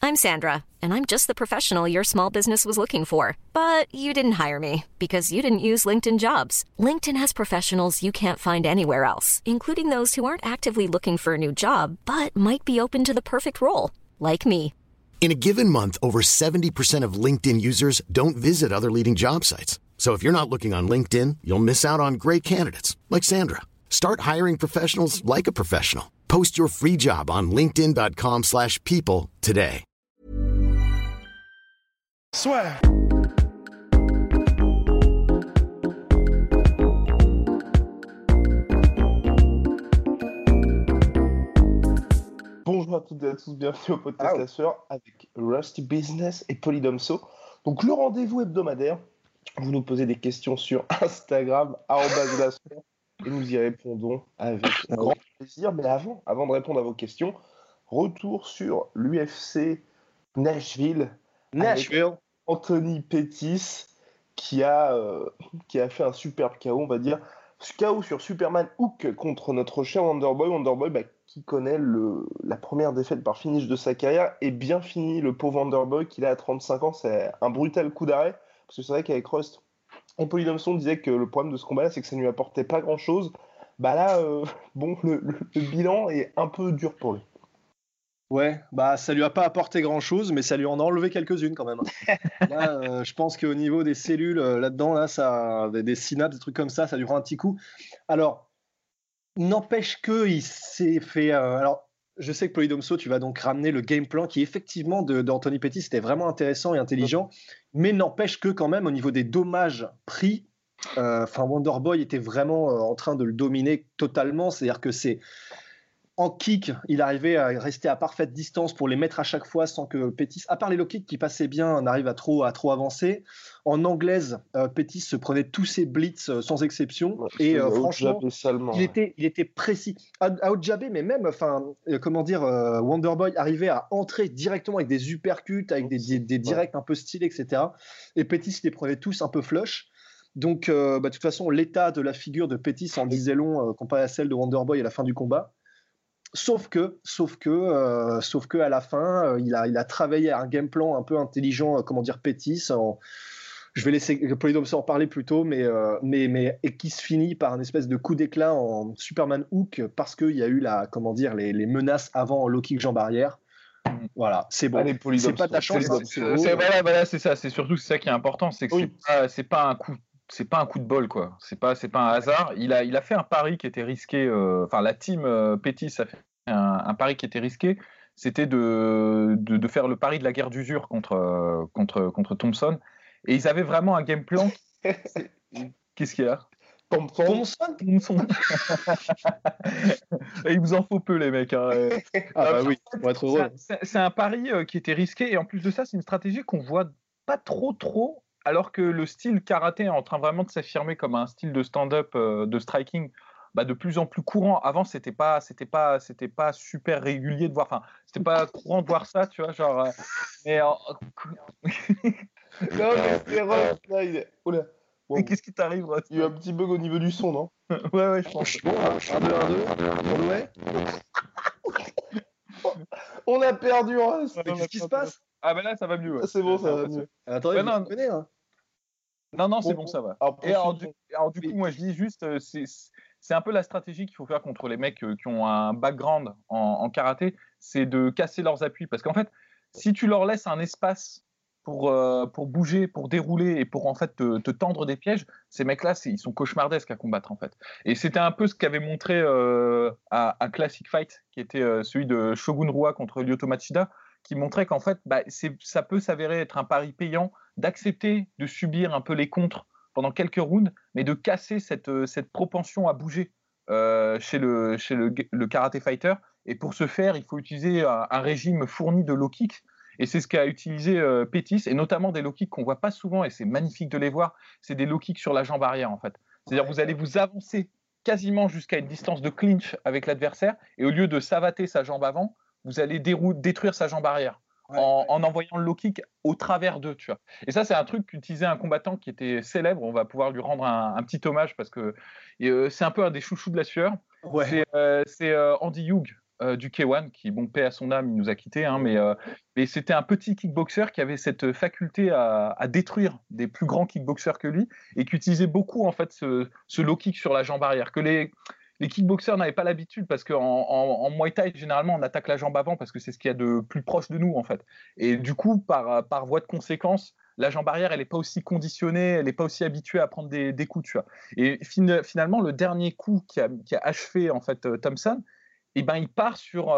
I'm Sandra, and I'm just the professional your small business was looking for. But you didn't hire me because you didn't use LinkedIn Jobs. LinkedIn has professionals you can't find anywhere else, including those who aren't actively looking for a new job, but might be open to the perfect role, like me. In a given month, over 70% of LinkedIn users don't visit other leading job sites. So if you're not looking on LinkedIn, you'll miss out on great candidates like Sandra. Start hiring professionals like a professional. Post your free job on linkedin.com/people today. Swear. Bonjour à toutes et à tous, bienvenue au podcast La Sueur avec Rusty Business et Polydomso. Donc le rendez-vous hebdomadaire, vous nous posez des questions sur Instagram, @La Sueur, et nous y répondons avec grand plaisir. Mais avant de répondre à vos questions, retour sur l'UFC Nashville. Avec Anthony Pettis qui a fait un superbe KO, on va dire. KO sur Superman Hook contre notre cher Wonderboy. Wonderboy qui connaît la première défaite par finish de sa carrière et bien fini le pauvre Wonderboy qu'il a à 35 ans. C'est un brutal coup d'arrêt parce que c'est vrai qu'avec Rust et Polydomson disait que le problème de ce combat-là, c'est que ça ne lui apportait pas grand-chose. Le bilan est un peu dur pour lui. Ouais, ça lui a pas apporté grand-chose, mais ça lui en a enlevé quelques-unes quand même. Là, je pense qu'au niveau des cellules, là-dedans, là, ça, des synapses, des trucs comme ça lui rend un petit coup. Alors, n'empêche qu'il s'est fait... alors, je sais que Polydomso, tu vas donc ramener le game plan qui, effectivement, d'Anthony Pettis, c'était vraiment intéressant et intelligent, mais n'empêche que quand même, au niveau des dommages pris, Wonderboy était vraiment en train de le dominer totalement, c'est-à-dire que c'est... En kick, il arrivait à rester à parfaite distance pour les mettre à chaque fois sans que Pettis, à part les low kicks qui passaient bien, n'arrive à trop avancer. En anglaise, Pettis se prenait tous ses blitz sans exception. Et franchement, il était précis. Out-jabé, mais même, Wonderboy arrivait à entrer directement avec des uppercuts, avec des directs un peu stylés, etc. Et Pettis les prenait tous un peu flush. Donc, de toute façon, l'état de la figure de Pettis en disait long comparé à celle de Wonderboy à la fin du combat. Sauf que à la fin, il a travaillé un game plan un peu intelligent, Pettis. Je vais laisser Polydomso en parler plus tôt, mais qui se finit par un espèce de coup d'éclat en Superman Hook parce qu'il y a eu les menaces avant en low kick jambe arrière. Voilà, c'est bon. Allez, c'est pas de la chance. C'est ça. C'est surtout ça qui est important, c'est que c'est pas un coup. C'est pas un coup de bol, quoi. C'est pas un hasard. Il a fait un pari qui était risqué. La team Pettis a fait un pari qui était risqué. C'était de faire le pari de la guerre d'usure contre Thompson. Et ils avaient vraiment un game plan. Qu'est-ce qu'il y a ? Thompson. Il vous en faut peu, les mecs. Oui, pour être heureux. C'est un pari qui était risqué. Et en plus de ça, c'est une stratégie qu'on voit pas trop. Alors que le style karaté est en train vraiment de s'affirmer comme un style de stand-up, de striking, de plus en plus courant. Avant, c'était pas super régulier de voir. Enfin, c'était pas courant de voir ça, tu vois, genre. Non, mais c'est Ross, là, il est. Oula. Bon. Qu'est-ce qui t'arrive, Ross ? Il y a eu un petit bug au niveau du son, non ? Ouais, je pense. 1, 2, 1, 2. Ouais. On a perdu Ross. Qu'est-ce qui se passe ? Ah là, ça va mieux. Ouais. C'est bon, ça va mieux. Attendez, vous connaissez, hein ? Non, c'est bon, ça va. Alors, du coup, moi, je dis juste, c'est un peu la stratégie qu'il faut faire contre les mecs qui ont un background en karaté, c'est de casser leurs appuis. Parce qu'en fait, si tu leur laisses un espace pour bouger, pour dérouler et pour en fait te tendre des pièges, ces mecs-là, ils sont cauchemardesques à combattre en fait. Et c'était un peu ce qu'avait montré un Classic Fight, qui était celui de Shogun Rua contre Lyoto Machida, qui montrait qu'en fait, ça peut s'avérer être un pari payant d'accepter de subir un peu les contres pendant quelques rounds, mais de casser cette propension à bouger chez le karaté fighter. Et pour ce faire, il faut utiliser un régime fourni de low kicks. Et c'est ce qu'a utilisé Pettis, et notamment des low kicks qu'on voit pas souvent, et c'est magnifique de les voir. C'est des low kicks sur la jambe arrière, en fait. C'est-à-dire vous allez vous avancer quasiment jusqu'à une distance de clinch avec l'adversaire, et au lieu de savater sa jambe avant, vous allez détruire sa jambe arrière. En envoyant le low kick au travers d'eux, tu vois. Et ça, c'est un truc qu'utilisait un combattant qui était célèbre. On va pouvoir lui rendre un petit hommage parce que c'est un peu un des chouchous de la sueur. Ouais. C'est Andy Hughes. du K1, qui, bon, paix à son âme, il nous a quittés, hein, mais c'était un petit kickboxer qui avait cette faculté à détruire des plus grands kickboxers que lui et qui utilisait beaucoup en fait ce low kick sur la jambe arrière, que les kickboxers n'avaient pas l'habitude parce qu'en Muay Thai, généralement, on attaque la jambe avant parce que c'est ce qu'il y a de plus proche de nous, en fait. Et du coup, par voie de conséquence, la jambe arrière, elle n'est pas aussi conditionnée, elle n'est pas aussi habituée à prendre des coups, tu vois. Et finalement, le dernier coup qui a achevé, en fait, Thompson, eh ben, il part sur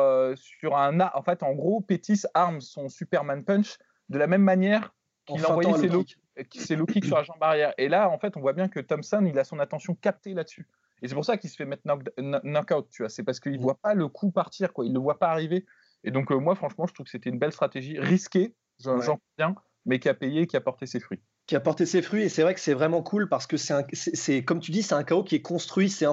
en fait, en gros, Pettis arme son Superman Punch de la même manière qu'il envoyait ses low kicks sur la jambe arrière. Et là, en fait, on voit bien que Thompson, il a son attention captée là-dessus. Et c'est pour ça qu'il se fait mettre knock-out, tu vois. C'est parce qu'il ne voit pas le coup partir, quoi. Il ne le voit pas arriver. Et donc, moi, franchement, je trouve que c'était une belle stratégie, risquée, j'en conviens, mais qui a payé, qui a porté ses fruits. Qui a porté ses fruits, et c'est vrai que c'est vraiment cool parce que c'est comme tu dis, c'est un KO qui est construit. C'est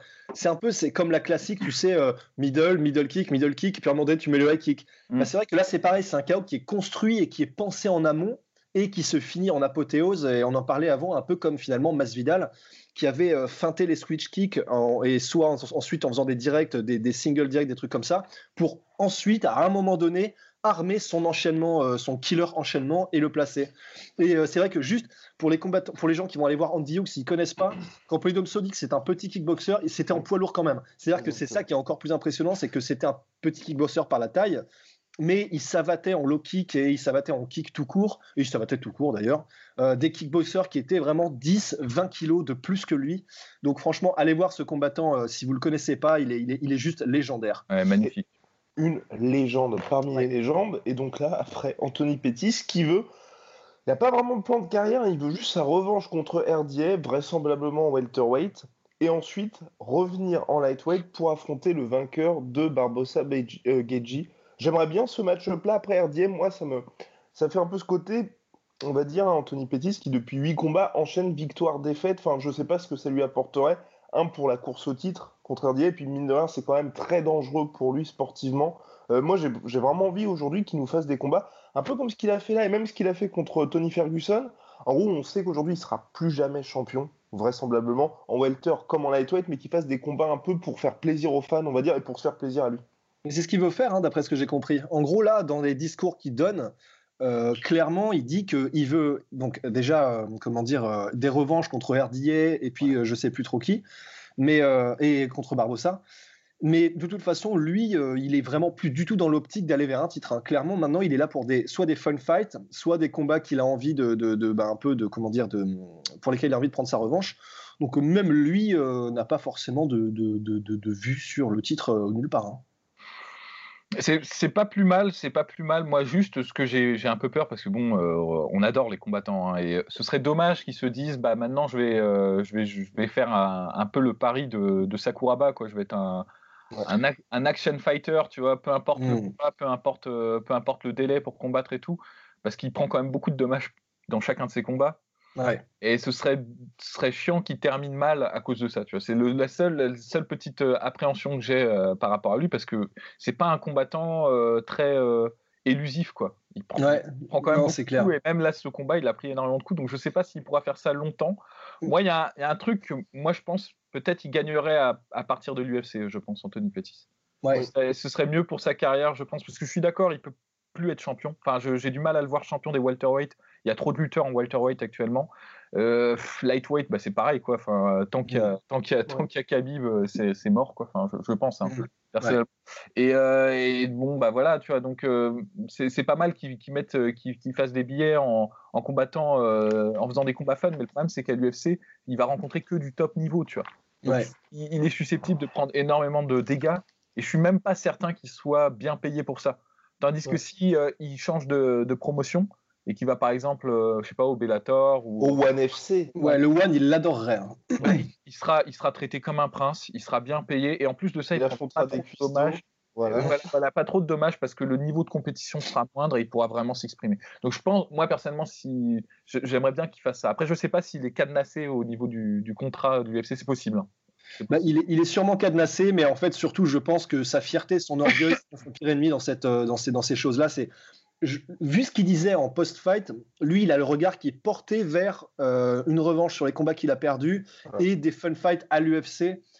comme la classique, tu sais, middle kick, puis à un moment donné, tu mets le high kick. Bah, c'est vrai que là, c'est pareil, c'est un KO qui est construit et qui est pensé en amont et qui se finit en apothéose. Et on en parlait avant, un peu comme finalement Masvidal, qui avait feinté les switch kicks et soit ensuite en faisant des directs, des single directs, des trucs comme ça, pour ensuite, à un moment donné, armer son enchaînement, son killer enchaînement et le placer. Et c'est vrai que juste pour les combattants, pour les gens qui vont aller voir Andy Hughes, s'ils connaissent pas, quand Polydomso dit que c'est un petit kickboxer, c'était en poids lourd quand même. C'est-à-dire que c'est ça qui est encore plus impressionnant, c'est que c'était un petit kickboxer par la taille, mais il savatait en low kick et il savatait en kick tout court, et il savatait tout court d'ailleurs, des kickboxers qui étaient vraiment 10-20 kilos de plus que lui. Donc franchement, allez voir ce combattant, si vous le connaissez pas, il est juste légendaire. Ouais, magnifique. Une légende parmi les légendes, et donc là, après Anthony Pettis, qui veut, il n'a pas vraiment de plan de carrière, il veut juste sa revanche contre RDA, vraisemblablement en welterweight, et ensuite revenir en lightweight pour affronter le vainqueur de Barbosa Geji. J'aimerais bien ce match-up-là après RDA, moi ça fait un peu ce côté, on va dire, Anthony Pettis qui depuis 8 combats enchaîne victoire-défaite, enfin je sais pas ce que ça lui apporterait, pour la course au titre contre RDA, et puis mine de rien c'est quand même très dangereux pour lui sportivement. Moi j'ai vraiment envie aujourd'hui qu'il nous fasse des combats, un peu comme ce qu'il a fait là, et même ce qu'il a fait contre Tony Ferguson. En gros, on sait qu'aujourd'hui il sera plus jamais champion, vraisemblablement, en welter comme en lightweight, mais qu'il fasse des combats un peu pour faire plaisir aux fans, on va dire, et pour se faire plaisir à lui. C'est ce qu'il veut faire, d'après ce que j'ai compris. En gros, là, dans les discours qu'il donne, clairement, il dit qu'il veut donc déjà, des revanches contre RDA et puis je sais plus trop qui, mais et contre Barbosa. Mais de toute façon, lui, il est vraiment plus du tout dans l'optique d'aller vers un titre. Clairement, maintenant, il est là pour soit des fun fights, soit des combats qu'il a envie pour lesquels il a envie de prendre sa revanche. Donc même lui n'a pas forcément de vue sur le titre nulle part. C'est pas plus mal. Moi, juste ce que j'ai un peu peur, parce que bon, on adore les combattants, et ce serait dommage qu'ils se disent, bah maintenant je vais faire un peu le pari de Sakuraba, quoi. Je vais être un action fighter, tu vois, peu importe le combat, peu importe le délai pour combattre et tout, parce qu'il prend quand même beaucoup de dommages dans chacun de ses combats. Ouais. Et ce serait chiant qu'il termine mal à cause de ça, tu vois. C'est la seule petite appréhension que j'ai par rapport à lui, parce que c'est pas un combattant très élusif, quoi. Il prend quand même beaucoup de coups, et même là, ce combat, il a pris énormément de coups, donc je sais pas s'il pourra faire ça longtemps. Moi, il y a un truc que moi je pense, peut-être il gagnerait à partir de l'UFC, je pense, Anthony Pettis. Ouais. Ce serait mieux pour sa carrière, je pense, parce que je suis d'accord, il peut plus être champion. Enfin, j'ai du mal à le voir champion des welterweight. Il y a trop de lutteurs en welterweight actuellement. Lightweight, bah, c'est pareil, quoi. Enfin, tant qu'il y a Khabib, c'est mort, quoi. Enfin, je pense. Personnellement. Et bon, bah voilà, tu vois. Donc, c'est pas mal qu'ils fassent des billets en combattant, en faisant des combats fun. Mais le problème, c'est qu'à l'UFC, il va rencontrer que du top niveau, tu vois. Donc, il est susceptible de prendre énormément de dégâts. Et je suis même pas certain qu'il soit bien payé pour ça. Tandis que si il change de promotion et qu'il va par exemple, je sais pas, au Bellator ou au One FC. Ouais, le One, il l'adorerait. Il sera traité comme un prince, il sera bien payé, et en plus de ça, il prend pas trop de dommages. Voilà, pas trop de dommages, parce que le niveau de compétition sera moindre et il pourra vraiment s'exprimer. Donc je pense, moi personnellement, j'aimerais bien qu'il fasse ça. Après, je sais pas s'il est cadenassé au niveau du contrat de l'UFC, c'est possible. Bah, il est sûrement cadenassé, mais en fait, surtout, je pense que sa fierté, son orgueil, c'est son pire ennemi dans ces choses-là. Vu ce qu'il disait en post-fight, lui, il a le regard qui est porté vers une revanche sur les combats qu'il a perdus et des fun fights à l'UFC.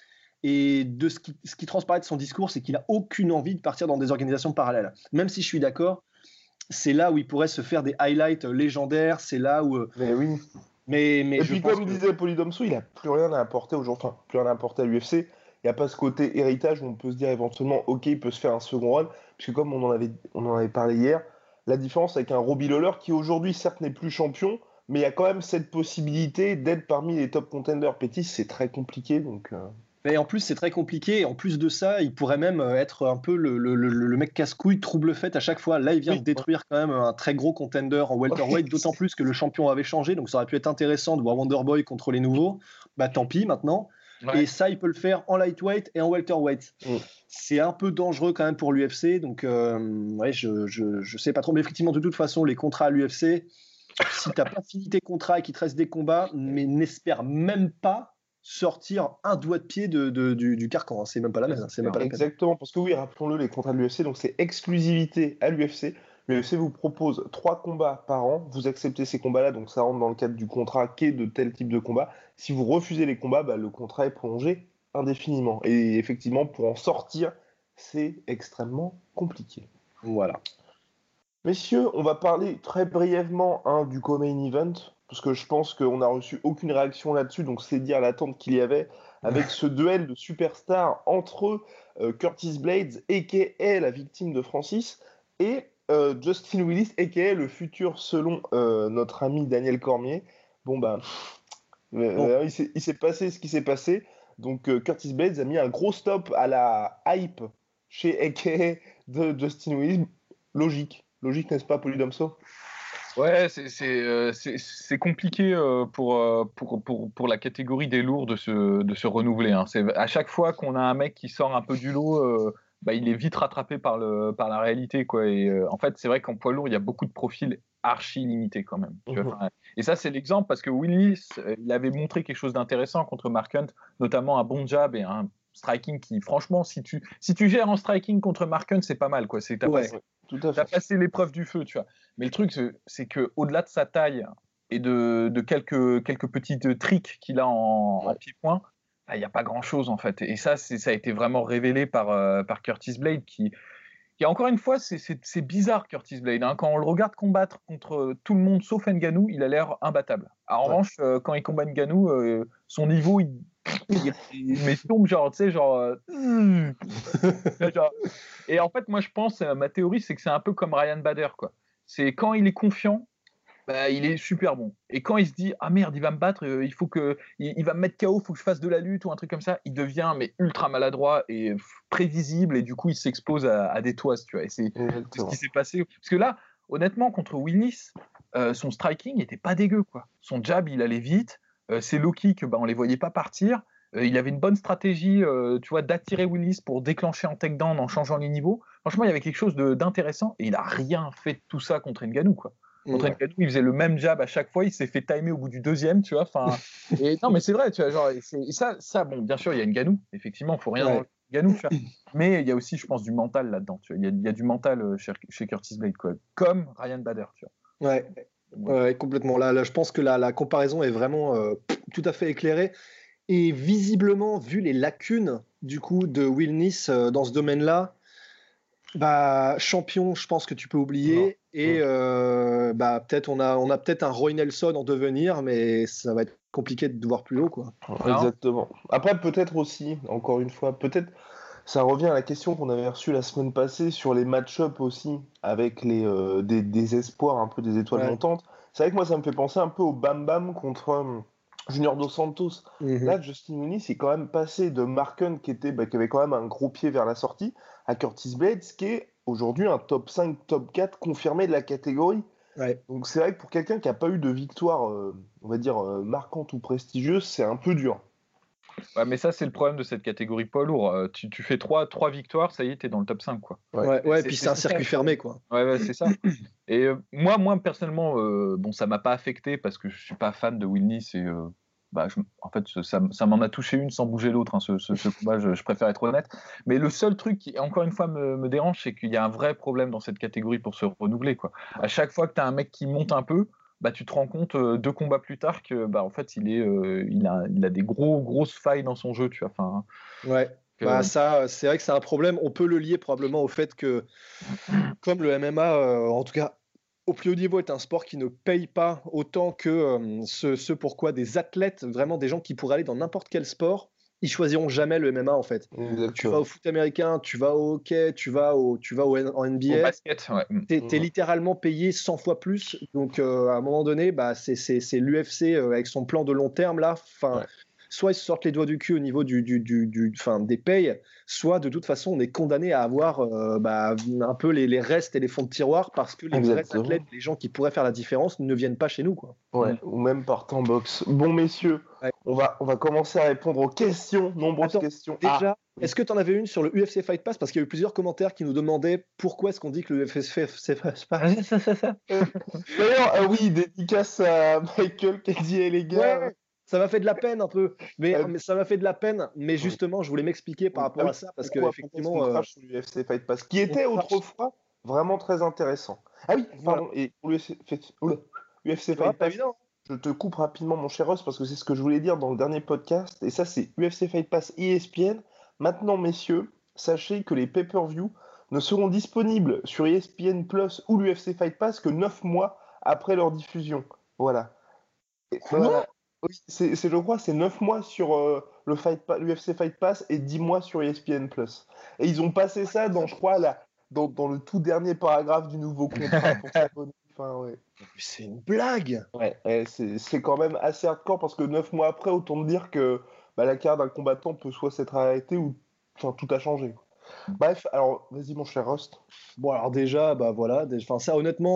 Et de ce qui transparaît de son discours, c'est qu'il n'a aucune envie de partir dans des organisations parallèles. Même si je suis d'accord, c'est là où il pourrait se faire des highlights légendaires, c'est là où... Mais oui. Mais et puis comme disait Polydomso, il n'a plus rien à apporter aujourd'hui, enfin plus rien à apporter à l'UFC. Il n'y a pas ce côté héritage où on peut se dire éventuellement, ok, il peut se faire un second run, puisque comme on en avait parlé hier, la différence avec un Robbie Lawler qui aujourd'hui certes n'est plus champion, mais il y a quand même cette possibilité d'être parmi les top contenders. Pettis, c'est très compliqué, donc... Mais en plus, c'est très compliqué. Et en plus de ça, il pourrait même être un peu le mec casse-couille, trouble-fête à chaque fois. Là, il vient de détruire quand même un très gros contender en welterweight, d'autant plus que le champion avait changé. Donc, ça aurait pu être intéressant de voir Wonderboy contre les nouveaux. Bah, tant pis maintenant. Ouais. Et ça, il peut le faire en lightweight et en welterweight. C'est un peu dangereux quand même pour l'UFC. Donc, ouais, je sais pas trop. Mais effectivement, de toute façon, les contrats à l'UFC, si t'as pas fini tes contrats et qu'il te reste des combats, mais n'espère même pas sortir un doigt de pied du carcan, hein. C'est même pas la même. Exactement, parce que oui, rappelons-le, les contrats de l'UFC, donc c'est exclusivité à l'UFC. L'UFC vous propose 3 combats par an, vous acceptez ces combats-là, donc ça rentre dans le cadre du contrat qu'est de tel type de combat. Si vous refusez les combats, le contrat est prolongé indéfiniment. Et effectivement, pour en sortir, c'est extrêmement compliqué. Voilà. Messieurs, on va parler très brièvement du co-main event, parce que je pense qu'on n'a reçu aucune réaction là-dessus, donc c'est dire l'attente qu'il y avait avec ce duel de superstars entre Curtis Blaydes, a.k.a. la victime de Francis, et Justin Willis, a.k.a. le futur selon notre ami Daniel Cormier. Il s'est passé ce qui s'est passé, donc Curtis Blaydes a mis un gros stop à la hype chez a.k.a. de Justin Willis. Logique, n'est-ce pas, Polydomso ? Ouais, c'est compliqué pour la catégorie des lourds de se renouveler. Hein. À chaque fois qu'on a un mec qui sort un peu du lot, il est vite rattrapé par la réalité, quoi. Et en fait, c'est vrai qu'en poids lourd, il y a beaucoup de profils archi limités quand même. Tu vois, et ça, c'est l'exemple parce que Willis, il avait montré quelque chose d'intéressant contre Mark Hunt, notamment un bon jab et un striking qui, franchement, si tu gères en striking contre Mark Hunt, c'est pas mal, quoi. T'as passé l'épreuve du feu, tu vois. Mais le truc, c'est qu'au-delà de sa taille et de quelques petits tricks qu'il a en pied-point, il n'y a pas grand-chose, en fait. Et ça a été vraiment révélé par Curtis Blaydes, qui encore une fois, c'est bizarre, Curtis Blaydes. Hein. Quand on le regarde combattre contre tout le monde sauf Ngannou, il a l'air imbattable. En revanche, quand il combat Ngannou, son niveau, il tombe genre. Et en fait, moi, je pense, ma théorie, c'est que c'est un peu comme Ryan Bader, quoi. C'est quand il est confiant, il est super bon. Et quand il se dit, ah merde, il va me battre, il va me mettre KO, il faut que je fasse de la lutte ou un truc comme ça, il devient ultra maladroit et prévisible, et du coup, il s'expose à des toises, tu vois. Et c'est ce qui s'est passé. Parce que là, honnêtement, contre Willis, son striking n'était pas dégueu, quoi. Son jab, il allait vite. Ses low kicks, on les voyait pas partir. Il avait une bonne stratégie, tu vois, d'attirer Willis pour déclencher en takedown en changeant les niveaux. Franchement, il y avait quelque chose d'intéressant et il a rien fait de tout ça contre Ngannou, quoi. Contre Ngannou, il faisait le même jab à chaque fois, il s'est fait timer au bout du deuxième, tu vois. Et non, mais c'est vrai, tu vois, genre, ça, bon, bien sûr, il y a Ngannou, effectivement, faut rien enlever Ngannou, tu vois. Mais il y a aussi, je pense, du mental là-dedans, tu vois. Il y a du mental chez Curtis Blaydes, quoi, comme Ryan Bader, tu vois. Ouais, complètement. Là, je pense que la comparaison est vraiment tout à fait éclairée. Et visiblement, vu les lacunes du coup de Wilnis dans ce domaine-là, champion, je pense que tu peux oublier. Et peut-être on a peut-être un Roy Nelson en devenir, mais ça va être compliqué de voir plus haut, quoi. Exactement. Après, peut-être aussi, encore une fois, peut-être ça revient à la question qu'on avait reçue la semaine passée sur les match-up aussi avec des espoirs, un peu des étoiles montantes. C'est vrai que moi, ça me fait penser un peu au Bam Bam contre Junior Dos Santos. Là, Justin Willis est quand même passé de Mark Hunt qui avait quand même un gros pied vers la sortie à Curtis Blaydes qui est aujourd'hui un top 5, top 4 confirmé de la catégorie. Donc c'est vrai que pour quelqu'un qui n'a pas eu de victoire, on va dire, marquante ou prestigieuse, c'est un peu dur. Ouais, mais ça, c'est le problème de cette catégorie poids lourd. Tu fais 3 victoires, ça y est, t'es dans le top 5, quoi. Et puis c'est un circuit fermé, quoi. Ouais, c'est ça. Et moi, personnellement, ça m'a pas affecté parce que je suis pas fan de Wilnis et en fait, ça m'en a touché une sans bouger l'autre, hein, ce combat, je préfère être honnête. Mais le seul truc qui, encore une fois, me dérange, c'est qu'il y a un vrai problème dans cette catégorie pour se renouveler, quoi. À chaque fois que tu as un mec qui monte un peu, tu te rends compte 2 combats plus tard que en fait il a des grosses failles dans son jeu, tu vois. Enfin, ouais. Ça, c'est vrai que c'est un problème. On peut le lier probablement au fait que, comme le MMA, en tout cas au plus haut niveau, est un sport qui ne paye pas autant que ce pourquoi des athlètes, vraiment des gens qui pourraient aller dans n'importe quel sport, ils choisiront jamais le MMA en fait. Exactement. Tu vas au foot américain, tu vas au hockey, tu vas en NBA. Au basket, ouais. T'es littéralement payé 100 fois plus. Donc à un moment donné, c'est l'UFC avec son plan de long terme là. Enfin, soit ils se sortent les doigts du cul au niveau des payes, soit de toute façon on est condamné à avoir un peu les restes et les fonds de tiroir parce que les vrais athlètes, les gens qui pourraient faire la différence ne viennent pas chez nous, quoi. Ouais, ou même partent en boxe. Bon messieurs, on va commencer à répondre aux questions, nombreuses questions. Déjà, est-ce que tu en avais une sur le UFC Fight Pass? Parce qu'il y a eu plusieurs commentaires qui nous demandaient pourquoi est-ce qu'on dit que le UFC Fight Pass. D'ailleurs, oui, dédicace à Michael qui a dit les gars. Ouais. Ça m'a fait de la peine un peu, mais ça m'a fait de la peine. Mais justement, je voulais m'expliquer par rapport à ça parce que effectivement, sur l'UFC Fight Pass, qui était autrefois vraiment très intéressant. Ah oui, pardon. Et pour l'UFC Fight Pass, je te coupe rapidement, mon cher Ross, parce que c'est ce que je voulais dire dans le dernier podcast. Et ça, c'est UFC Fight Pass ESPN. Maintenant, messieurs, sachez que les pay-per-view ne seront disponibles sur ESPN Plus ou l'UFC Fight Pass que 9 mois après leur diffusion. Voilà. Oui, je crois, c'est 9 mois sur l'UFC Fight Pass et 10 mois sur ESPN+. Et ils ont passé ça dans le tout dernier paragraphe du nouveau contrat pour s'abonner. Enfin, ouais. C'est une blague. Ouais, c'est quand même assez hardcore parce que 9 mois après, autant te dire que la carrière d'un combattant peut soit s'être arrêtée ou tout a changé. Bref, alors vas-y mon cher Rust. Bon alors déjà, ça honnêtement...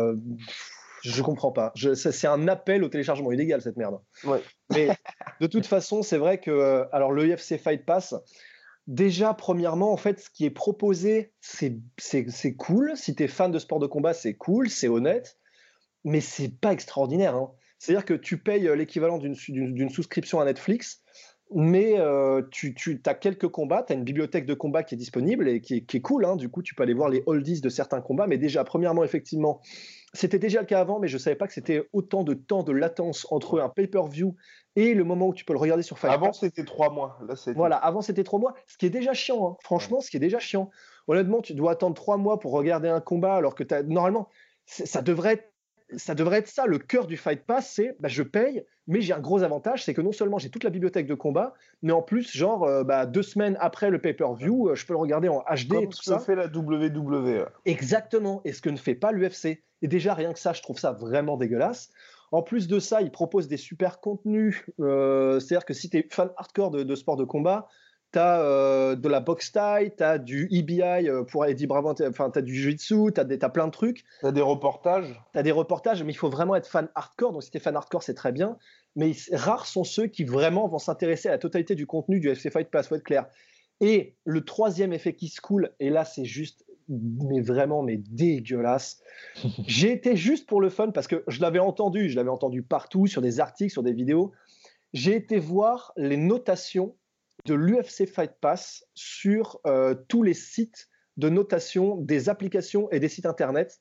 je comprends pas. C'est un appel au téléchargement illégal, cette merde. Ouais. Mais de toute façon, c'est vrai que alors le UFC Fight Pass, déjà, premièrement, en fait, ce qui est proposé, c'est cool. Si tu es fan de sport de combat, c'est cool, c'est honnête, mais c'est pas extraordinaire, hein. C'est-à-dire que tu payes l'équivalent d'une souscription à Netflix, mais tu as quelques combats, tu as une bibliothèque de combats qui est disponible et qui est cool, hein. Du coup, tu peux aller voir les oldies de certains combats, mais déjà, premièrement, effectivement, c'était déjà le cas avant, mais je ne savais pas que c'était autant de temps de latence entre un pay-per-view et le moment où tu peux le regarder sur Fight Pass. Avant, c'était 3 mois. Là, voilà, avant, c'était 3 mois, ce qui est déjà chiant, hein. Franchement, ce qui est déjà chiant. Honnêtement, tu dois attendre 3 mois pour regarder un combat, alors que normalement, ça devrait être ça. Le cœur du Fight Pass, c'est je paye, mais j'ai un gros avantage, c'est que non seulement j'ai toute la bibliothèque de combat, mais en plus, 2 semaines après le pay-per-view, je peux le regarder en HD comme et tout ça. Comme ce que fait la WWE. Exactement, et ce que ne fait pas l'UFC. Et déjà, rien que ça, je trouve ça vraiment dégueulasse. En plus de ça, ils proposent des super contenus. C'est-à-dire que si tu es fan hardcore de sport de combat, tu as de la boxe Thai, tu as du EBI pour Eddie Bravo, tu as du Jiu-Jitsu, tu as plein de trucs. Tu as des reportages. Tu as des reportages, mais il faut vraiment être fan hardcore. Donc si tu es fan hardcore, c'est très bien. Mais rares sont ceux qui vraiment vont s'intéresser à la totalité du contenu du UFC Fight Pass, il faut être clair. Et le troisième effet qui se coule, et là c'est juste mais dégueulasse. J'ai été juste pour le fun parce que je l'avais entendu partout sur des articles, sur des vidéos. J'ai été voir les notations de l'UFC Fight Pass sur tous les sites de notation des applications et des sites internet.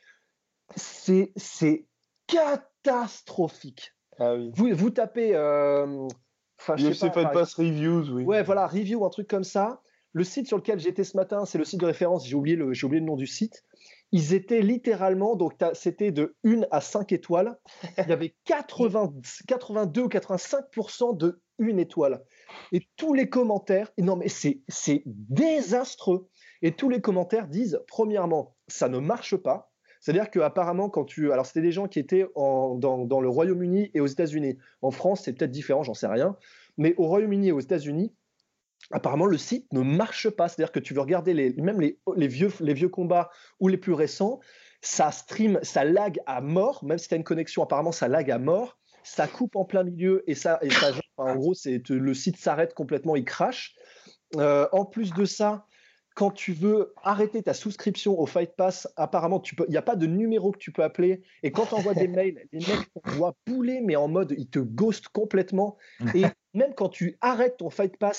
C'est catastrophique. Ah oui. Vous tapez UFC Fight Pass Reviews, oui. Ouais, voilà, review, un truc comme ça. Le site sur lequel j'étais ce matin, c'est le site de référence, j'ai oublié le nom du site. Ils étaient littéralement, donc c'était de 1 à 5 étoiles. Il y avait 82 ou 85% de 1 étoile. Et tous les commentaires, non mais c'est désastreux. Et tous les commentaires disent, premièrement, ça ne marche pas. C'est-à-dire qu'apparemment, alors c'était des gens qui étaient dans le Royaume-Uni et aux États-Unis. En France, c'est peut-être différent, j'en sais rien. Mais au Royaume-Uni et aux États-Unis, apparemment, le site ne marche pas. C'est-à-dire que tu veux regarder même les vieux combats ou les plus récents, ça stream, ça lag à mort. Même si tu as une connexion, apparemment, ça lag à mort. Ça coupe en plein milieu et ça en gros, le site s'arrête complètement, il crache. En plus de ça, quand tu veux arrêter ta souscription au Fight Pass, apparemment, il n'y a pas de numéro que tu peux appeler. Et quand tu envoies des mails, les mecs t'envoient bouler, mais en mode, ils te ghostent complètement. Et même quand tu arrêtes ton Fight Pass,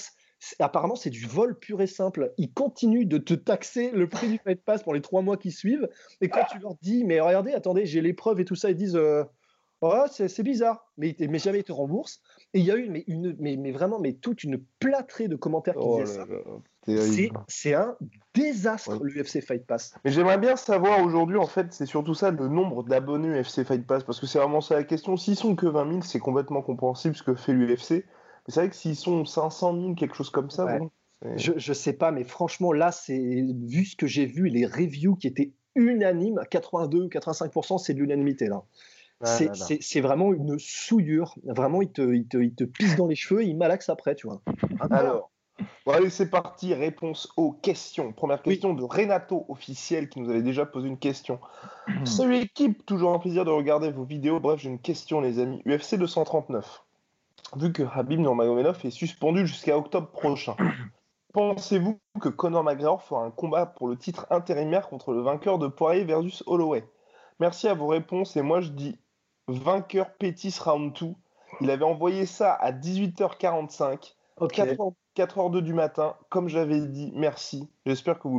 apparemment, c'est du vol pur et simple. Ils continuent de te taxer le prix du Fight Pass pour les 3 mois qui suivent. Et quand tu leur dis, mais regardez, attendez, j'ai les preuves et tout ça, ils disent, oh, c'est bizarre, mais jamais ils te remboursent. Et il y a eu mais vraiment toute une plâtrée de commentaires qui disaient ça. C'est un désastre, l'UFC Fight Pass. Mais j'aimerais bien savoir aujourd'hui, en fait, c'est surtout ça, le nombre d'abonnés UFC Fight Pass, parce que c'est vraiment ça la question. S'ils sont que 20 000, c'est complètement compréhensible ce que fait l'UFC. Mais c'est vrai que s'ils sont 500 000, quelque chose comme ça, bon, je sais pas, mais franchement, là, vu ce que j'ai vu, les reviews qui étaient unanimes, 82 ou 85%, c'est de l'unanimité, là. C'est vraiment une souillure. Vraiment, il te pisse dans les cheveux et il malaxe après, tu vois. Alors, bon, allez, c'est parti. Réponse aux questions. Première question de Renato Officiel qui nous avait déjà posé une question. Salut équipe, toujours un plaisir de regarder vos vidéos. Bref, j'ai une question, les amis. UFC 239. Vu que Khabib Nurmagomedov est suspendu jusqu'à octobre prochain, pensez-vous que Conor McGregor fera un combat pour le titre intérimaire contre le vainqueur de Poirier versus Holloway? Merci à vos réponses et moi je dis vainqueur Pettis round 2. Il avait envoyé ça à 18h45, 4h02 du matin. Comme j'avais dit, merci. J'espère que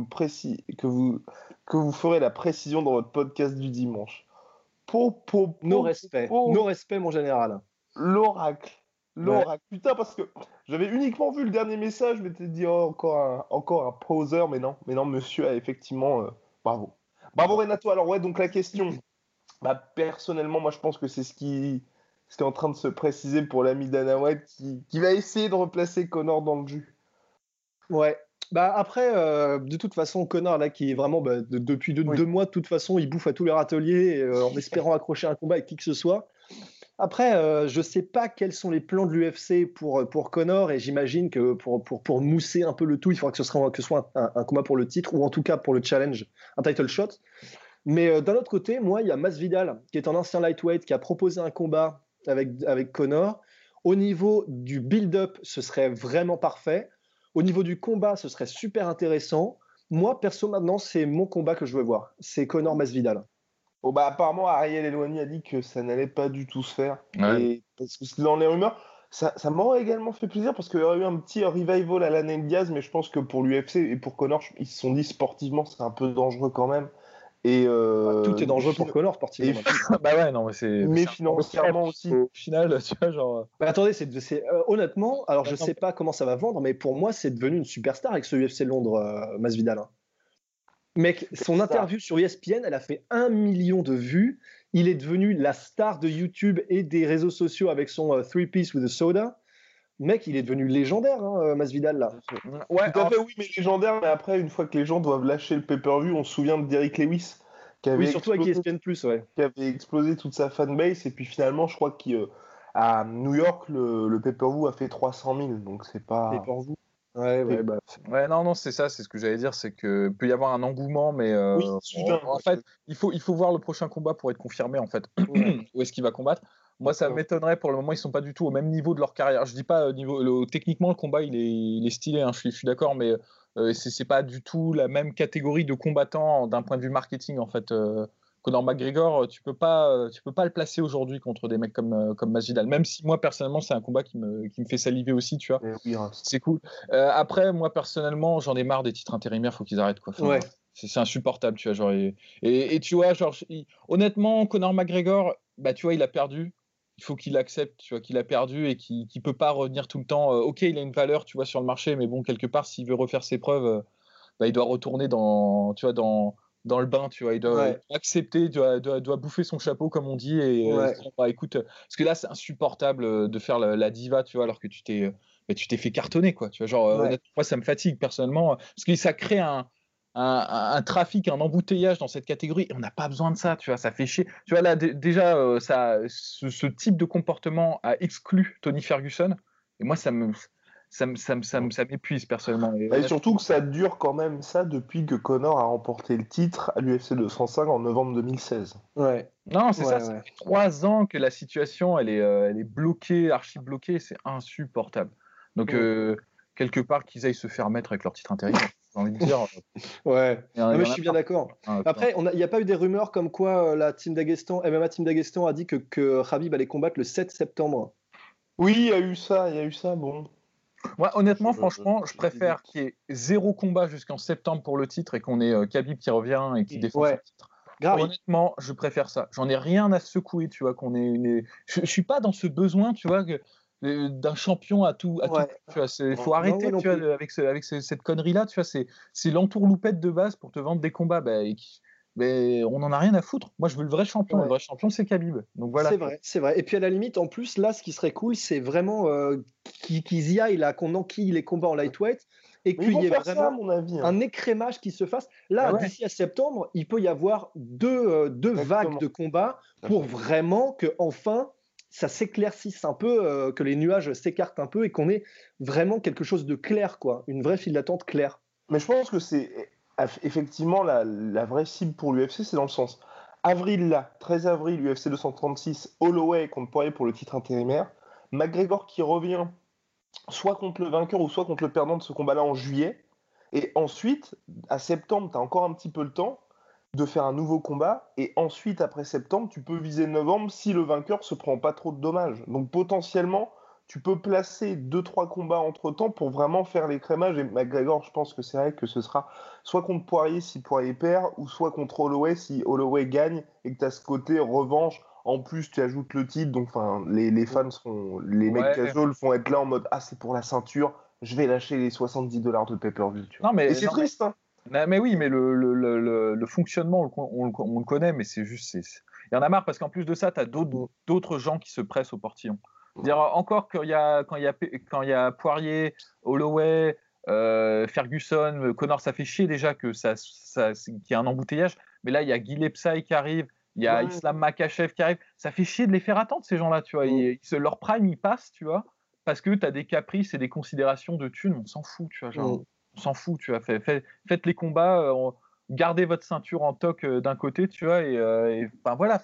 vous ferez la précision dans votre podcast du dimanche. Nos respects, mon général. L'oracle. Putain, parce que j'avais uniquement vu le dernier message, je m'étais dit encore un poser, mais non, monsieur a effectivement bravo Renato. Alors donc la question, personnellement, moi je pense que c'est ce qui est en train de se préciser pour l'ami Dana White qui va essayer de replacer Conor dans le jus. Ouais. Après, de toute façon, Conor là qui est vraiment depuis 2 mois, de toute façon, il bouffe à tous les râteliers en espérant accrocher un combat avec qui que ce soit. Après, je sais pas quels sont les plans de l'UFC pour Conor, et j'imagine que pour mousser un peu le tout, il faudra que ce soit un combat pour le titre, ou en tout cas pour le challenge, un title shot. Mais d'un autre côté, moi, il y a Masvidal, qui est un ancien lightweight, qui a proposé un combat avec Conor. Au niveau du build-up, ce serait vraiment parfait. Au niveau du combat, ce serait super intéressant. Moi, perso, maintenant, c'est mon combat que je veux voir. C'est Conor Masvidal. Bon, apparemment, Ariel Helwani a dit que ça n'allait pas du tout se faire. Ouais. Et parce que c'est dans les rumeurs. Ça m'aurait également fait plaisir parce qu'il y aurait eu un petit revival à la Nate Diaz, mais je pense que pour l'UFC et pour Conor, ils se sont dit sportivement, c'est un peu dangereux quand même. Et tout est dangereux pour Conor sportivement. Mais financièrement aussi. Au final, tu vois, genre. Attendez, honnêtement, alors je sais pas comment ça va vendre, mais pour moi, c'est devenu une superstar avec ce UFC Londres, Masvidal. Mec, son interview sur ESPN, elle a fait 1 million de vues. Il est devenu la star de YouTube et des réseaux sociaux avec son 3-piece with a soda. Mec, il est devenu légendaire, Masvidal, là. Ouais, tout à fait, oui, mais légendaire. Mais après, une fois que les gens doivent lâcher le pay-per-view, on se souvient de Derrick Lewis. Surtout avec ESPN+, ouais. Qui avait explosé toute sa fanbase. Et puis finalement, je crois qu'à New York, le pay-per-view a fait 300 000. Donc c'est pas... Pay-per-view. Non, c'est ça, c'est ce que j'allais dire, c'est que peut y avoir un engouement, mais en fait, il faut voir le prochain combat pour être confirmé, en fait, où est-ce qu'il va combattre. Moi, ça m'étonnerait, pour le moment, ils sont pas du tout au même niveau de leur carrière. Je dis pas techniquement, le combat, il est stylé, hein, je suis d'accord, mais c'est pas du tout la même catégorie de combattants d'un point de vue marketing, en fait. Conor McGregor, tu peux pas le placer aujourd'hui contre des mecs comme Masvidal, même si moi personnellement c'est un combat qui me fait saliver aussi, tu vois. C'est cool. Après, moi personnellement, j'en ai marre des titres intérimaires, faut qu'ils arrêtent, quoi. Enfin, c'est insupportable, tu vois, genre, et tu vois, genre, honnêtement, Conor McGregor, tu vois, il a perdu. Il faut qu'il accepte, tu vois, qu'il a perdu et qu'il peut pas revenir tout le temps. Ok, il a une valeur, tu vois, sur le marché, mais bon, quelque part, s'il veut refaire ses preuves, il doit retourner dans le bain, tu vois, il doit accepter, doit bouffer son chapeau, comme on dit, et écoute, parce que là, c'est insupportable de faire la diva, tu vois, alors que tu t'es fait cartonner, quoi, tu vois, genre, honnêtement, moi, ça me fatigue, personnellement, parce que ça crée un trafic, un embouteillage dans cette catégorie, et on n'a pas besoin de ça, tu vois, ça fait chier, tu vois, là, déjà, ce type de comportement a exclu Tony Ferguson, et moi, ça m'épuise personnellement. Et surtout que ça dure quand même ça depuis que Conor a remporté le titre à l'UFC 205 en novembre 2016. Ouais. Non, c'est ça. Ça fait 3 ans que la situation elle est bloquée, archi bloquée, c'est insupportable. Donc quelque part qu'ils aillent se faire mettre avec leur titre intérimaire. J'ai envie de dire. Mais je suis bien d'accord. Après, il n'y a pas eu des rumeurs comme quoi la team d'Aguestan, MMA Team d'Aguestan a dit que Khabib allait combattre le 7 septembre. Oui, il y a eu ça, bon. Moi, honnêtement, franchement, je préfère qu'il y ait 0 combat jusqu'en septembre pour le titre et qu'on ait Khabib qui revient et qui défend son titre. Grave. Honnêtement, je préfère ça. J'en ai rien à secouer, tu vois, qu'on ait je suis pas dans ce besoin, tu vois, d'un champion à tout. Tu vois, faut arrêter, tu vois, avec cette connerie-là, tu vois, c'est l'entourloupette de base pour te vendre des combats. Mais on n'en a rien à foutre. Moi, je veux le vrai champion. Le vrai champion, c'est Khabib. Donc voilà. C'est vrai. Et puis à la limite, en plus, là, ce qui serait cool, c'est vraiment qu'ils y aillent là, qu'on enquille les combats en lightweight et qu'il y ait vraiment un écrémage qui se fasse. Là, d'ici à septembre, il peut y avoir deux vagues de combats pour vraiment que enfin ça s'éclaircisse un peu, que les nuages s'écartent un peu et qu'on ait vraiment quelque chose de clair, quoi, une vraie file d'attente claire. Mais je pense que c'est effectivement la vraie cible pour l'UFC, c'est dans le sens avril là, 13 avril, UFC 236, Holloway contre Poirier pour le titre intérimaire, McGregor qui revient soit contre le vainqueur ou soit contre le perdant de ce combat-là en juillet, et ensuite, à septembre, tu as encore un petit peu le temps de faire un nouveau combat, et ensuite, après septembre, tu peux viser novembre si le vainqueur se prend pas trop de dommages. Donc potentiellement, tu peux placer 2-3 combats entre-temps pour vraiment faire l'écrémage. Et McGregor, je pense que c'est vrai que ce sera soit contre Poirier si Poirier perd, ou soit contre Holloway si Holloway gagne, et que tu as ce côté revanche. En plus, tu ajoutes le titre, donc les fans seront... Les mecs casual vont être là en mode « Ah, c'est pour la ceinture, je vais lâcher les $70 de pay-per-view. » Et c'est triste, hein. Mais oui, mais le fonctionnement, on le connaît, mais c'est juste... Il y en a marre, parce qu'en plus de ça, tu as d'autres gens qui se pressent au portillon. Dire encore quand il y a Poirier, Holloway, Ferguson, Connor, ça fait chier déjà qu'il y a un embouteillage. Mais là, il y a Gilles Epsay qui arrive, il y a Islam Makhachev qui arrive. Ça fait chier de les faire attendre, ces gens-là, tu vois. Leur prime, il passe, tu vois, parce que tu as des caprices et des considérations de thunes. On s'en fout, tu vois. Genre, on s'en fout, tu vois. Faites les combats, gardez votre ceinture en toc d'un côté, tu vois. Voilà,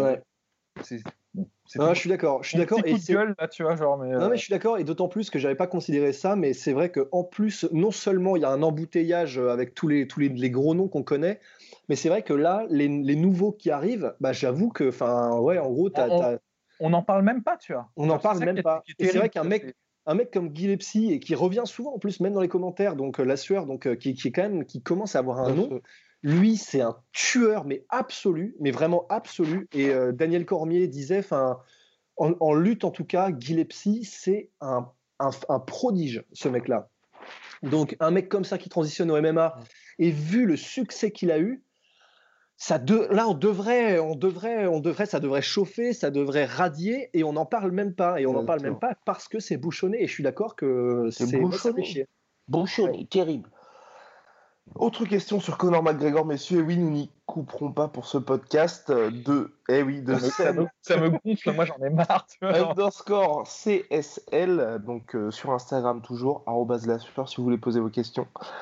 je suis d'accord. Et c'est gueule là, tu vois, genre. Non, mais je suis d'accord, et d'autant plus que j'avais pas considéré ça, mais c'est vrai que en plus, non seulement il y a un embouteillage avec tous les gros noms qu'on connaît, mais c'est vrai que là, les nouveaux qui arrivent, j'avoue que, en gros, on n'en parle même pas, tu vois. On n'en parle même pas. Et c'est vrai qu'un mec comme Gilles Epsy, et qui revient souvent en plus, même dans les commentaires, donc la sueur, donc qui commence à avoir un nom. Lui, c'est un tueur, mais absolu, mais vraiment absolu. Et Daniel Cormier disait, en lutte en tout cas, Gilles Epsy, c'est un prodige, ce mec-là. Donc, un mec comme ça qui transitionne au MMA, et vu le succès qu'il a eu, là, ça devrait chauffer, ça devrait radier, et on n'en parle même pas. Et on n'en parle même pas parce que c'est bouchonné. Et je suis d'accord que c'est bouchonné. Bouchonné, terrible. Autre question sur Conor McGregor, messieurs, et oui, nous n'y couperons pas pour ce podcast ça me gonfle, moi j'en ai marre. Underscore CSL, donc sur Instagram toujours, @lasueur si vous voulez poser vos questions.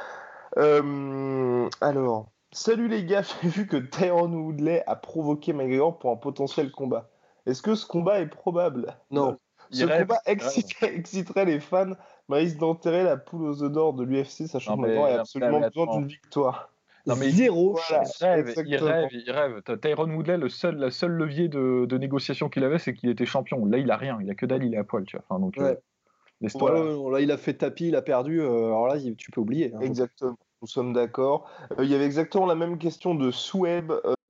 Alors, salut les gars, j'ai vu que Tyron Woodley a provoqué McGregor pour un potentiel combat. Est-ce que ce combat est probable ? Non. Ce combat exciterait les fans, mais risque d'enterrer la poule aux œufs d'or de l'UFC, sachant que maintenant il a absolument besoin d'une victoire. Non, mais zéro. Il rêve. Tyron Woodley, le seul levier de négociation qu'il avait, c'est qu'il était champion. Là, il a rien. Il a que dalle, il est à poil, tu vois. Donc, là, il a fait tapis, il a perdu. Alors là, tu peux oublier. Hein. Exactement. Nous sommes d'accord. Il y avait exactement la même question de Soueb.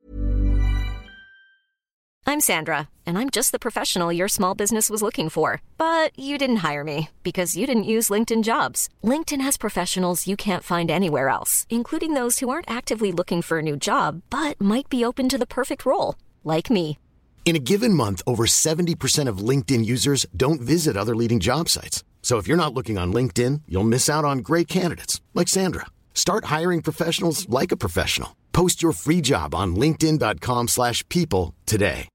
I'm Sandra, and I'm just the professional your small business was looking for. But you didn't hire me because you didn't use LinkedIn Jobs. LinkedIn has professionals you can't find anywhere else, including those who aren't actively looking for a new job, but might be open to the perfect role, like me. In a given month, over 70% of LinkedIn users don't visit other leading job sites. So if you're not looking on LinkedIn, you'll miss out on great candidates, like Sandra. Start hiring professionals like a professional. Post your free job on linkedin.com/people today.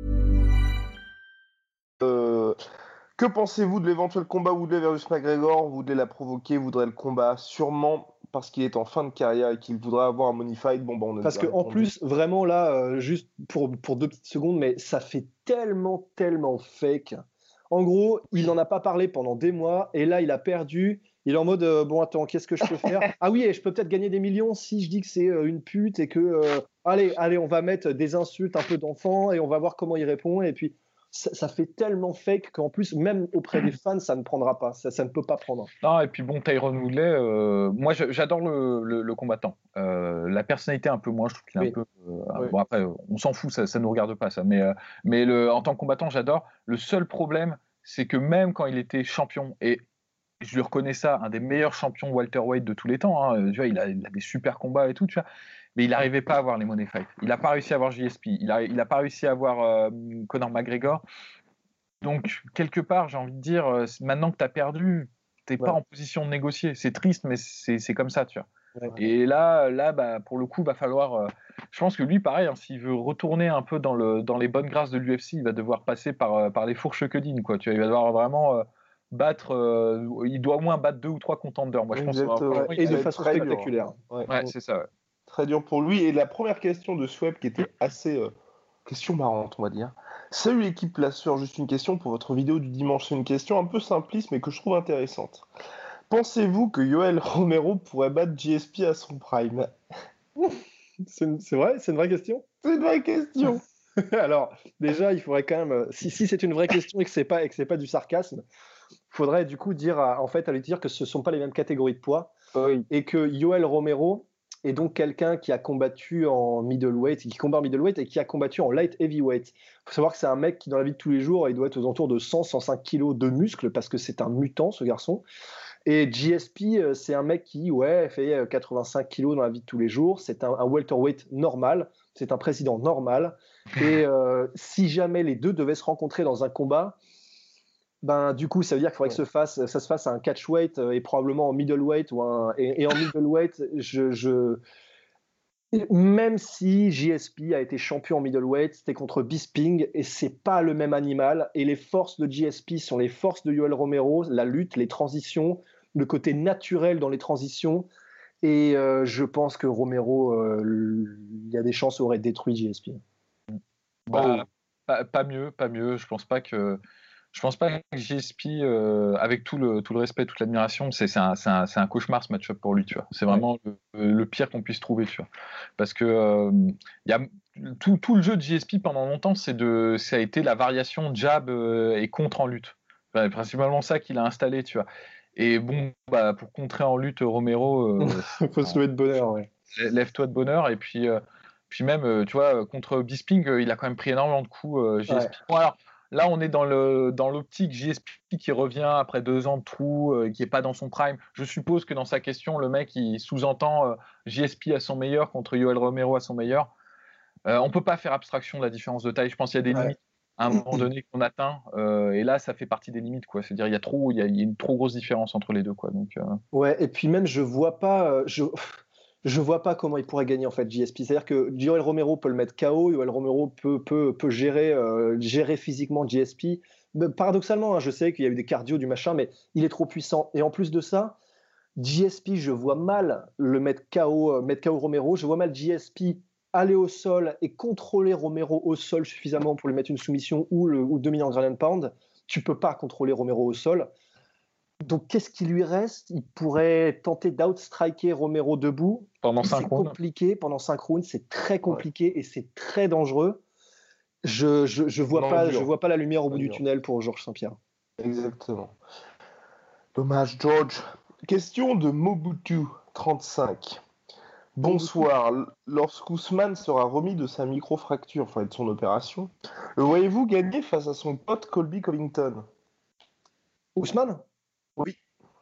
Que pensez-vous de l'éventuel combat Woodley versus McGregor ? Woodley l'a provoqué, voudrait le combat, sûrement parce qu'il est en fin de carrière et qu'il voudrait avoir un money fight. Parce qu'en plus, vraiment là, juste pour 2 petites secondes, mais ça fait tellement fake. En gros, il n'en a pas parlé pendant des mois, et là, il a perdu. Il est en mode, attends, qu'est-ce que je peux faire ? Ah oui, et je peux peut-être gagner des millions si je dis que c'est une pute, et que, allez, on va mettre des insultes un peu d'enfant, et on va voir comment il répond, et puis... ça fait tellement fake qu'en plus, même auprès des fans, ça ne prendra pas. Ça ne peut pas prendre. Non, et puis bon, Tyron Woodley, moi j'adore le combattant. La personnalité un peu moins, je trouve qu'il est un peu. Bon, après, on s'en fout, ça ne nous regarde pas, ça. Mais en tant que combattant, j'adore. Le seul problème, c'est que même quand il était champion, et je lui reconnais ça, un des meilleurs champions welterweight de tous les temps, hein, tu vois, il a des super combats et tout, tu vois. Mais il n'arrivait pas à avoir les money fights. Il n'a pas réussi à avoir JSP. Il n'a pas réussi à avoir Conor McGregor. Donc, quelque part, j'ai envie de dire, maintenant que tu as perdu, tu n'es pas en position de négocier. C'est triste, mais c'est comme ça, tu vois. Ouais. Et là bah, pour le coup, il va falloir... je pense que lui, pareil, hein, s'il veut retourner un peu dans les bonnes grâces de l'UFC, il va devoir passer par les fourches Cudine, quoi. Tu vois, il va devoir vraiment... il doit au moins battre 2 ou 3 contenders. Moi, je pense et de façon spectaculaire. Ouais, c'est ça. Ouais. Très dur pour lui. Et la première question de Sweb qui était assez question marrante, on va dire. Salut l'équipe Placeur, juste une question pour votre vidéo du dimanche. C'est une question un peu simpliste mais que je trouve intéressante. Pensez-vous que Yoel Romero pourrait battre GSP à son prime? C'est vrai? C'est une vraie question? C'est une vraie question. Alors, déjà, il faudrait quand même... Si c'est une vraie question et que c'est pas du sarcasme, il faudrait du coup dire à lui dire que ce ne sont pas les mêmes catégories de poids et que Yoel Romero est donc quelqu'un qui a combattu en middleweight, qui combat en middleweight et qui a combattu en light heavyweight. Il faut savoir que c'est un mec qui, dans la vie de tous les jours, il doit être aux alentours de 100-105 kilos de muscles parce que c'est un mutant, ce garçon. Et GSP, c'est un mec qui fait 85 kilos dans la vie de tous les jours. C'est un welterweight normal. C'est un président normal. Et si jamais les deux devaient se rencontrer dans un combat, ben, du coup, ça veut dire qu'il faudrait que ça se fasse à un catchweight et probablement en middleweight. Et en middleweight, même si GSP a été champion en middleweight, c'était contre Bisping et c'est pas le même animal. Et les forces de GSP sont les forces de Yoel Romero, la lutte, les transitions, le côté naturel dans les transitions. Et je pense que Romero, il y a des chances aurait détruit GSP. Bah, pas mieux. Je pense pas que GSP, avec tout le respect, toute l'admiration, c'est un cauchemar ce match-up pour lui, tu vois. C'est vraiment le pire qu'on puisse trouver, tu vois. Parce que y a tout le jeu de GSP pendant longtemps, ça a été la variation jab et contre en lutte. Enfin, principalement ça qu'il a installé, tu vois. Et bon, bah, pour contrer en lutte Romero, faut se lever de bonheur, ouais. Lève-toi de bonheur et puis même, tu vois, contre Bisping, il a quand même pris énormément de coups, GSP. Bon, alors, là, on est dans l'optique GSP qui revient après 2 ans de trou, qui n'est pas dans son prime. Je suppose que dans sa question, le mec, il sous-entend GSP à son meilleur contre Yoel Romero à son meilleur. On ne peut pas faire abstraction de la différence de taille. Je pense qu'il y a des limites à un moment donné qu'on atteint. Et là, ça fait partie des limites, quoi. C'est-à-dire, il y a une trop grosse différence entre les deux, quoi. Donc, ouais, et puis même, je vois pas comment il pourrait gagner en fait GSP. C'est-à-dire que Yoel Romero peut le mettre KO, Yoel Romero peut gérer physiquement GSP. Mais paradoxalement, hein, je sais qu'il y a eu des cardio du machin, mais il est trop puissant. Et en plus de ça, GSP, je vois mal le mettre KO Romero. Je vois mal GSP aller au sol et contrôler Romero au sol suffisamment pour lui mettre une soumission ou dominer en ground and pound. Tu peux pas contrôler Romero au sol. Donc, qu'est-ce qui lui reste? Il pourrait tenter d'outstriker Romero debout. Pendant 5 rounds. C'est compliqué. Pendant 5 rounds, c'est très compliqué et c'est très dangereux. Je vois pas la lumière au bout du tunnel pour Georges Saint-Pierre. Exactement. Dommage, George. Question de Mobutu35. Bonsoir. Lorsqu'Ousmane sera remis de sa micro-fracture, enfin de son opération, le voyez-vous gagner face à son pote Colby Covington? Ousmane? Oui.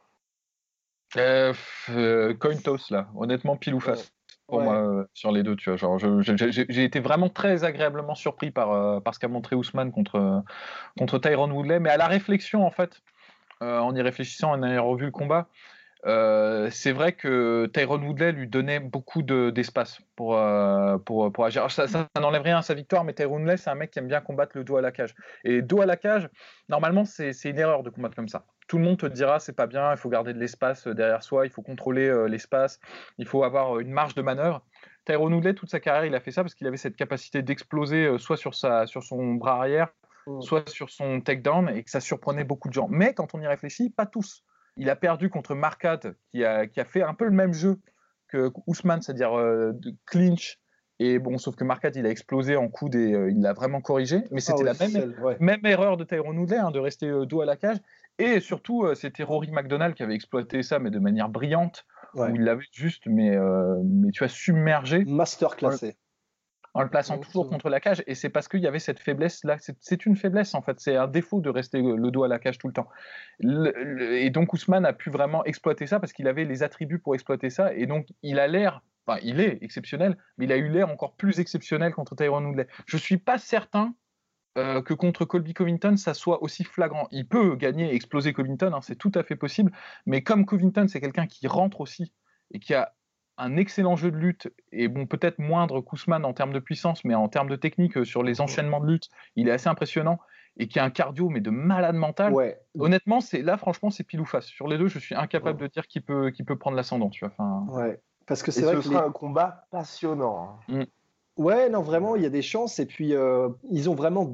Coin toss là, honnêtement pile ou face pour moi sur les deux, tu vois. Genre, j'ai été vraiment très agréablement surpris par ce qu'a montré Ousmane contre Tyron Woodley, mais à la réflexion en fait, en y réfléchissant, en ayant revu le combat, c'est vrai que Tyron Woodley lui donnait beaucoup d'espace pour agir. Ça n'enlève rien à sa victoire, mais Tyron Woodley, c'est un mec qui aime bien combattre le dos à la cage. Et dos à la cage, normalement, c'est une erreur de combattre comme ça. Tout le monde te dira c'est pas bien, il faut garder de l'espace derrière soi, il faut contrôler l'espace, il faut avoir une marge de manœuvre. Tyron Woodley, toute sa carrière, il a fait ça parce qu'il avait cette capacité d'exploser soit sur son bras arrière, soit sur son takedown, et que ça surprenait beaucoup de gens. Mais quand on y réfléchit, pas tous. Il a perdu contre Marquardt, qui a fait un peu le même jeu que Ousmane, c'est-à-dire de clinch Et bon, sauf que Marquardt, il a explosé en coude et il l'a vraiment corrigé. Mais c'était même erreur de Tyron Woodley, de rester dos à la cage. Et surtout, c'était Rory McDonald qui avait exploité ça, mais de manière brillante, où il l'avait juste, mais tu vois, submergé. Masterclassé. En le plaçant toujours contre la cage. Et c'est parce qu'il y avait cette faiblesse-là. C'est une faiblesse, en fait. C'est un défaut de rester le dos à la cage tout le temps. Et donc, Ousmane a pu vraiment exploiter ça parce qu'il avait les attributs pour exploiter ça. Et donc, il est exceptionnel, mais il a eu l'air encore plus exceptionnel contre Tyron Woodley. Je ne suis pas certain que contre Colby Covington, ça soit aussi flagrant. Il peut gagner et exploser Covington, c'est tout à fait possible. Mais comme Covington, c'est quelqu'un qui rentre aussi et qui a un excellent jeu de lutte, et bon, peut-être moindre qu'Ousmane en termes de puissance, mais en termes de technique, sur les enchaînements de lutte, il est assez impressionnant, et qui a un cardio, mais de malade mental. Honnêtement, franchement, c'est pile ou face. Sur les deux, je suis incapable de dire qui peut prendre l'ascendant. Tu vois. Parce que c'est vrai que sera un combat passionnant. Ouais, non, vraiment, il y a des chances, et puis ils ont vraiment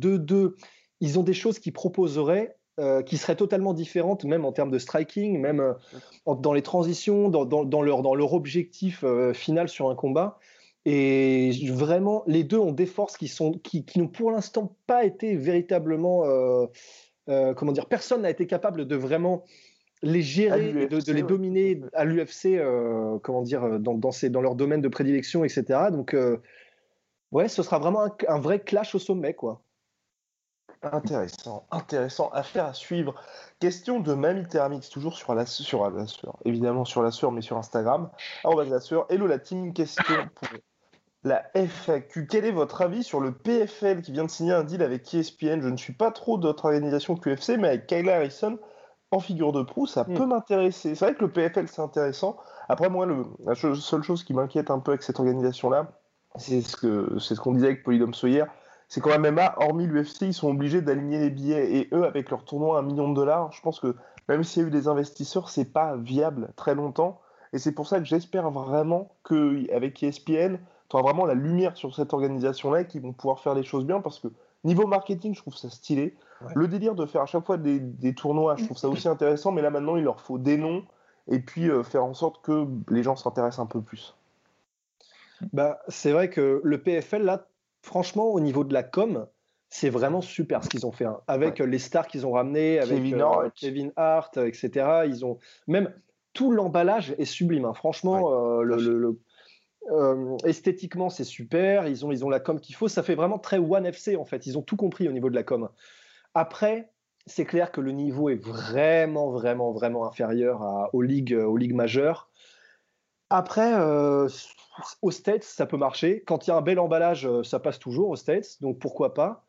ils ont des choses qu'ils proposeraient qui seraient totalement différentes, même en termes de striking, même dans les transitions, dans leur objectif final sur un combat. Et vraiment, les deux ont des forces qui n'ont pour l'instant pas été véritablement... personne n'a été capable de vraiment les gérer, de les dominer à l'UFC, dans leur domaine de prédilection, etc. Donc, ce sera vraiment un vrai clash au sommet, quoi. Intéressant, affaire à suivre. Question de Mamie Thermix, toujours sur la sueur, évidemment sur la sueur, mais sur Instagram. La sueur. Hello la team, question pour la FAQ. Quel est votre avis sur le PFL qui vient de signer un deal avec ESPN? Je ne suis pas trop d'autres organisations que l'UFC, mais avec Kyle Harrison en figure de proue, ça peut m'intéresser. C'est vrai que le PFL, c'est intéressant. Après, moi, la seule chose qui m'inquiète un peu avec cette organisation-là, c'est ce qu'on disait avec Polydomso hier, c'est qu'en MMA, hormis l'UFC, ils sont obligés d'aligner les billets. Et eux, avec leur tournoi à $1 million, je pense que même s'il y a eu des investisseurs, c'est pas viable très longtemps. Et c'est pour ça que j'espère vraiment qu'avec ESPN, tu auras vraiment la lumière sur cette organisation-là et qu'ils vont pouvoir faire les choses bien. Parce que niveau marketing, je trouve ça stylé. Ouais. Le délire de faire à chaque fois des tournois, je trouve ça aussi intéressant. Mais là, maintenant, il leur faut des noms et puis faire en sorte que les gens s'intéressent un peu plus. C'est vrai que le PFL, là, franchement, au niveau de la com, c'est vraiment super ce qu'ils ont fait. Avec les stars qu'ils ont ramenés, avec Kevin Hart, etc. Ils ont... Même tout l'emballage est sublime. Franchement, esthétiquement, c'est super. Ils ont la com qu'il faut. Ça fait vraiment très One FC, en fait. Ils ont tout compris au niveau de la com. Après, c'est clair que le niveau est vraiment, vraiment, vraiment inférieur aux ligues majeures. Après, aux States, ça peut marcher. Quand il y a un bel emballage, ça passe toujours aux States, donc pourquoi pas.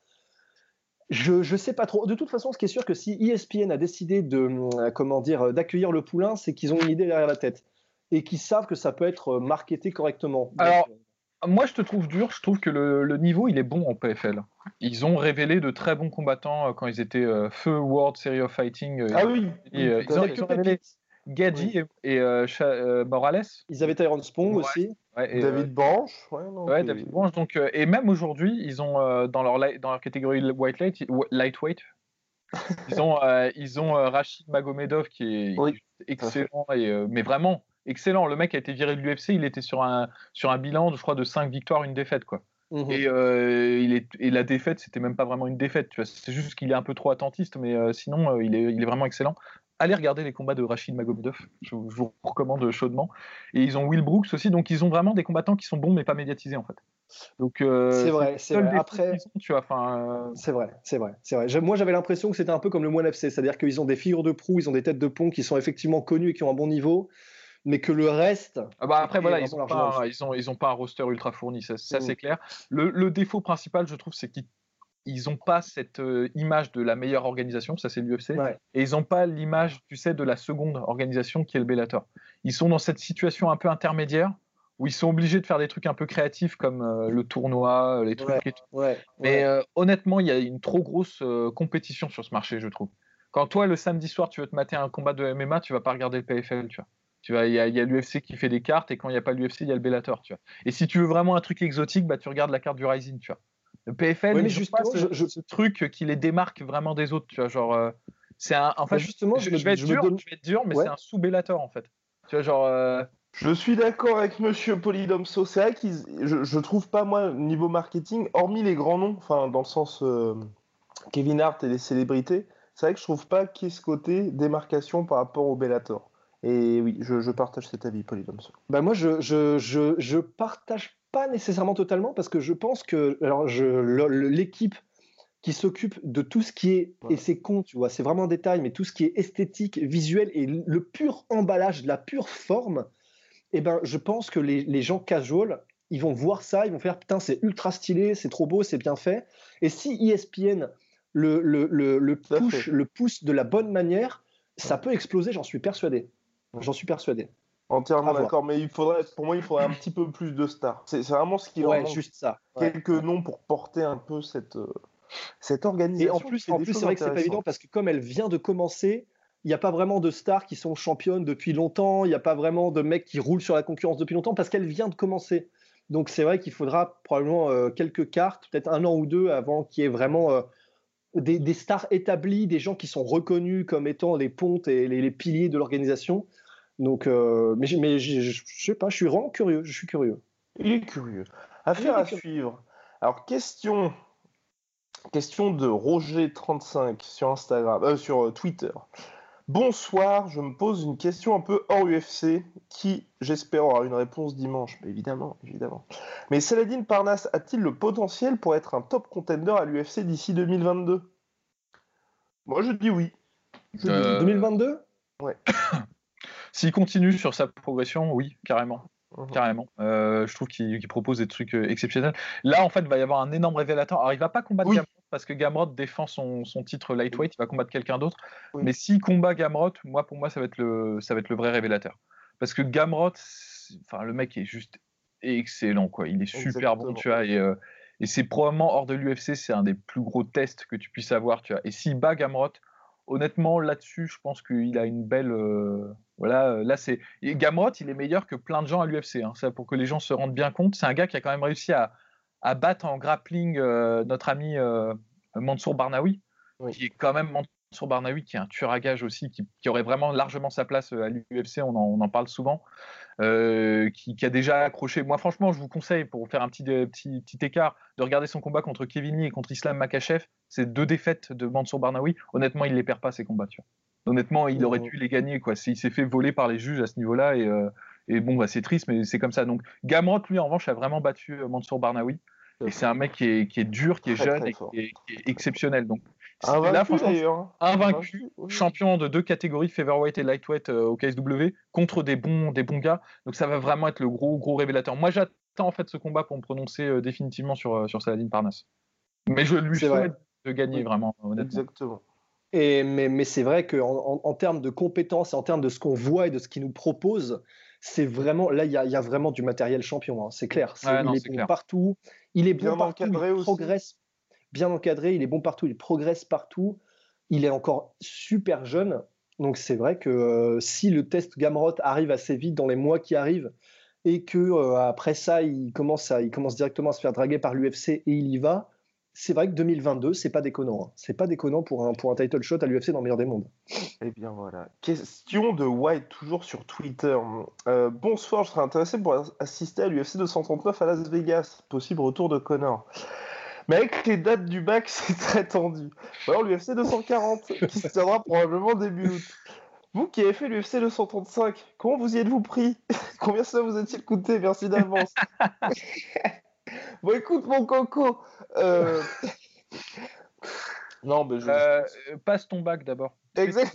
Je sais pas trop. De toute façon, ce qui est sûr que si ESPN a décidé d'accueillir le poulain, c'est qu'ils ont une idée derrière la tête et qu'ils savent que ça peut être marketé correctement. Alors, moi, je te trouve dur. Je trouve que le niveau, il est bon en PFL. Ils ont révélé de très bons combattants quand ils étaient feu World Series of Fighting. Ils ont révélé Gadji et Morales. Ils avaient Tyrone Spong aussi. David Branch. David Branch. Donc, et même aujourd'hui, ils ont dans leur catégorie lightweight, ils ont Rachid Magomedov qui est excellent, mais vraiment excellent. Le mec a été viré de l'UFC, il était sur un bilan, je crois, de 5 victoires, 1 défaite, quoi. Et la défaite, c'était même pas vraiment une défaite, tu vois. C'est juste qu'il est un peu trop attentiste, mais sinon, il est vraiment excellent. Allez regarder les combats de Rachid Magomedov, je vous recommande chaudement. Et ils ont Will Brooks aussi, donc ils ont vraiment des combattants qui sont bons mais pas médiatisés en fait. Donc c'est vrai. Après, tu vois, c'est vrai. Moi j'avais l'impression que c'était un peu comme le One FC, c'est-à-dire qu'ils ont des figures de proue, ils ont des têtes de pont qui sont effectivement connues et qui ont un bon niveau, mais que le reste. Après voilà, ils ont pas un roster ultra fourni, ça c'est clair. Le défaut principal, je trouve, c'est qu'ils n'ont pas cette image de la meilleure organisation, ça c'est l'UFC, et ils n'ont pas l'image, tu sais, de la seconde organisation qui est le Bellator. Ils sont dans cette situation un peu intermédiaire où ils sont obligés de faire des trucs un peu créatifs comme le tournoi, les trucs et tout. Mais honnêtement, il y a une trop grosse compétition sur ce marché, je trouve. Quand toi, le samedi soir, tu veux te mater un combat de MMA, tu vas pas regarder le PFL, tu vois. Il y a l'UFC qui fait des cartes, et quand il n'y a pas l'UFC, il y a le Bellator, tu vois. Et si tu veux vraiment un truc exotique, tu regardes la carte du Rising, tu vois. Le PFL, mais justement, ce truc qui les démarque vraiment des autres, tu vois, genre, c'est un. En fait, justement, je vais être dur, mais c'est un sous-Bellator en fait. Tu vois, genre, Je suis d'accord avec Monsieur Polydomso. C'est vrai je trouve pas, moi, niveau marketing, hormis les grands noms, enfin, dans le sens Kevin Hart et les célébrités, c'est vrai que je trouve pas qu'il y ait ce côté démarcation par rapport au Bellator. Et oui, je partage cet avis, Polydomso. Bah moi, je partage pas nécessairement totalement parce que je pense que l'équipe qui s'occupe de tout ce qui est, et c'est con, tu vois, c'est vraiment un détail, mais tout ce qui est esthétique, visuel et le pur emballage, la pure forme, eh ben, je pense que les gens casual, ils vont voir ça, ils vont faire putain, c'est ultra stylé, c'est trop beau, c'est bien fait. Et si ESPN le pousse de la bonne manière, ça peut exploser, j'en suis persuadé. J'en suis persuadé. Entièrement d'accord, mais pour moi, il faudrait un petit peu plus de stars. C'est vraiment ce qu'il en manque. Juste ça. Quelques noms pour porter un peu cette organisation. Et en plus c'est vrai que c'est pas évident parce que comme elle vient de commencer, il n'y a pas vraiment de stars qui sont championnes depuis longtemps, il n'y a pas vraiment de mecs qui roulent sur la concurrence depuis longtemps parce qu'elle vient de commencer. Donc c'est vrai qu'il faudra probablement quelques cartes, peut-être 1 an ou 2 avant qu'il y ait vraiment des stars établies, des gens qui sont reconnus comme étant les pontes et les piliers de l'organisation. Donc, mais je sais pas, je suis vraiment curieux. Je suis curieux. Il est curieux. Affaire à suivre. Alors, question de Roger35 sur Instagram, sur Twitter. Bonsoir, je me pose une question un peu hors UFC qui, j'espère, aura une réponse dimanche. Mais évidemment. Mais Saladin Parnasse a-t-il le potentiel pour être un top contender à l'UFC d'ici 2022 ? Moi, je dis oui. 2022 ? Ouais. S'il continue sur sa progression, oui, carrément. Carrément. Je trouve qu'il propose des trucs exceptionnels. Là, en fait, il va y avoir un énorme révélateur. Alors, il va pas combattre Gamrot parce que Gamrot défend son titre lightweight. Il va combattre quelqu'un d'autre. Oui. Mais s'il combat Gamrot, pour moi, ça va être le vrai révélateur. Parce que Gamrot, le mec est juste excellent, quoi. Il est super bon, tu vois. Et c'est probablement hors de l'UFC, c'est un des plus gros tests que tu puisses avoir, tu vois. Et s'il bat Gamrot, honnêtement, là-dessus, je pense qu'il a une belle. Là, c'est. Gamrot, il est meilleur que plein de gens à l'UFC. Hein. Ça, pour que les gens se rendent bien compte, c'est un gars qui a quand même réussi à battre en grappling notre ami Mansour Barnaoui, qui est quand même Mansour Barnaoui, qui est un tueur à gages aussi, qui aurait vraiment largement sa place à l'UFC. On en parle souvent. Qui a déjà accroché. Moi, franchement, je vous conseille, pour faire un petit écart, de regarder son combat contre Kevin Lee et contre Islam Makhachev. C'est 2 défaites de Mansour Barnaoui. Honnêtement, il les perd pas, ces combats. Honnêtement, il aurait dû les gagner, quoi. Il s'est fait voler par les juges à ce niveau-là. Et bon, c'est triste, mais c'est comme ça. Donc, Gamrot, lui, en revanche, a vraiment battu Mansour Barnaoui. Et c'est un mec qui est dur, qui est jeune et qui est exceptionnel. Donc, invaincu, champion de 2 catégories, featherweight et lightweight au KSW, contre des bons gars. Donc ça va vraiment être le gros révélateur. Moi, j'attends en fait ce combat pour me prononcer définitivement sur Saladin Parnasse. Mais je lui souhaite de gagner vraiment, honnêtement. Exactement. Mais c'est vrai qu'en termes de compétences, en termes de ce qu'on voit et de ce qu'il nous propose, c'est vraiment là il y a vraiment du matériel champion. Hein, c'est clair. Il est bon partout. Il est bon partout. Il progresse. Bien encadré, il est bon partout, il progresse partout, il est encore super jeune, donc c'est vrai que si le test Gamrot arrive assez vite dans les mois qui arrivent et que après ça il commence directement à se faire draguer par l'UFC et il y va, c'est vrai que 2022 c'est pas déconnant, hein. C'est pas déconnant pour un title shot à l'UFC dans le meilleur des mondes. Eh bien voilà, question de White toujours sur Twitter. Bonsoir, je serais intéressé pour assister à l'UFC 239 à Las Vegas, possible retour de Conor. Mais avec les dates du bac, c'est très tendu. Alors l'UFC 240, qui se tiendra probablement début août. Vous qui avez fait l'UFC 235, comment vous y êtes-vous pris ? Combien ça vous a-t-il coûté ? Merci d'avance. Bon, écoute, mon coco. Non, mais passe ton bac d'abord. Exact.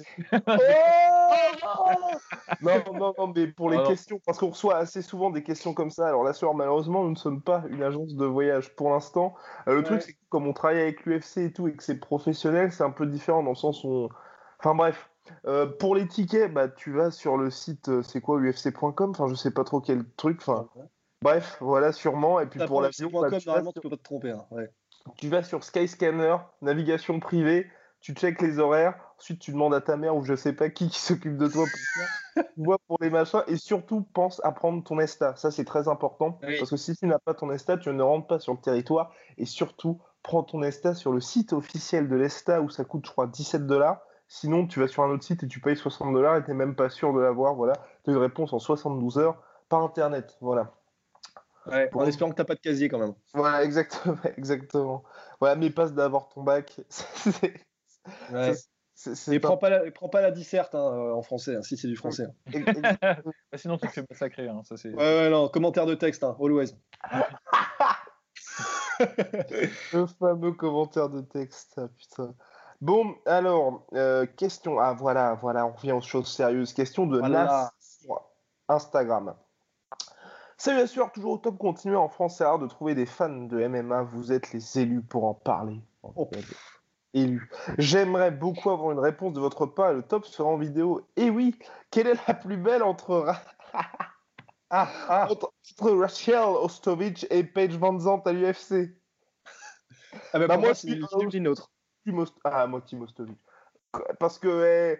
Non, mais pour les questions, parce qu'on reçoit assez souvent des questions comme ça. Alors là, malheureusement, nous ne sommes pas une agence de voyage pour l'instant. Le truc, c'est que comme on travaille avec l'UFC et tout, et que c'est professionnel, c'est un peu différent dans le sens où Enfin bref, pour les tickets, tu vas sur le site, c'est quoi, ufc.com, enfin je sais pas trop quel truc, enfin bref, voilà sûrement, et puis pour l'avion, normalement tu peux pas te tromper, hein. Tu vas sur Skyscanner, navigation privée, tu checkes les horaires, ensuite tu demandes à ta mère ou je sais pas qui s'occupe de toi pour ça, tu vois pour les machins, et surtout pense à prendre ton ESTA, ça c'est très important, parce que si tu n'as pas ton ESTA, tu ne rentres pas sur le territoire, et surtout prends ton ESTA sur le site officiel de l'ESTA où ça coûte je crois $17. Sinon, tu vas sur un autre site et tu payes $60 et tu n'es même pas sûr de l'avoir. Voilà, tu as une réponse en 72 heures par Internet. Voilà. Ouais, en espérant que tu n'as pas de casier quand même. Voilà, exactement. Voilà, mais passe d'avoir ton bac. Et prends pas la disserte en français, si c'est du français. Sinon, tu te fais massacrer. Ça, c'est... Ouais, non, commentaire de texte, always. Le fameux commentaire de texte, putain. Bon, alors, question. Ah, voilà, on revient aux choses sérieuses. Question de Nas sur Instagram. Salut la sueur, toujours au top, continuez en France, c'est rare de trouver des fans de MMA, vous êtes les élus pour en parler. Élus. J'aimerais beaucoup avoir une réponse de votre part, le top sera en vidéo. Et oui, quelle est la plus belle entre Rachel Ostovich et Paige Van Zandt à l'UFC? Moi, c'est l'une autre. Moi, Tim Ostovich. Parce que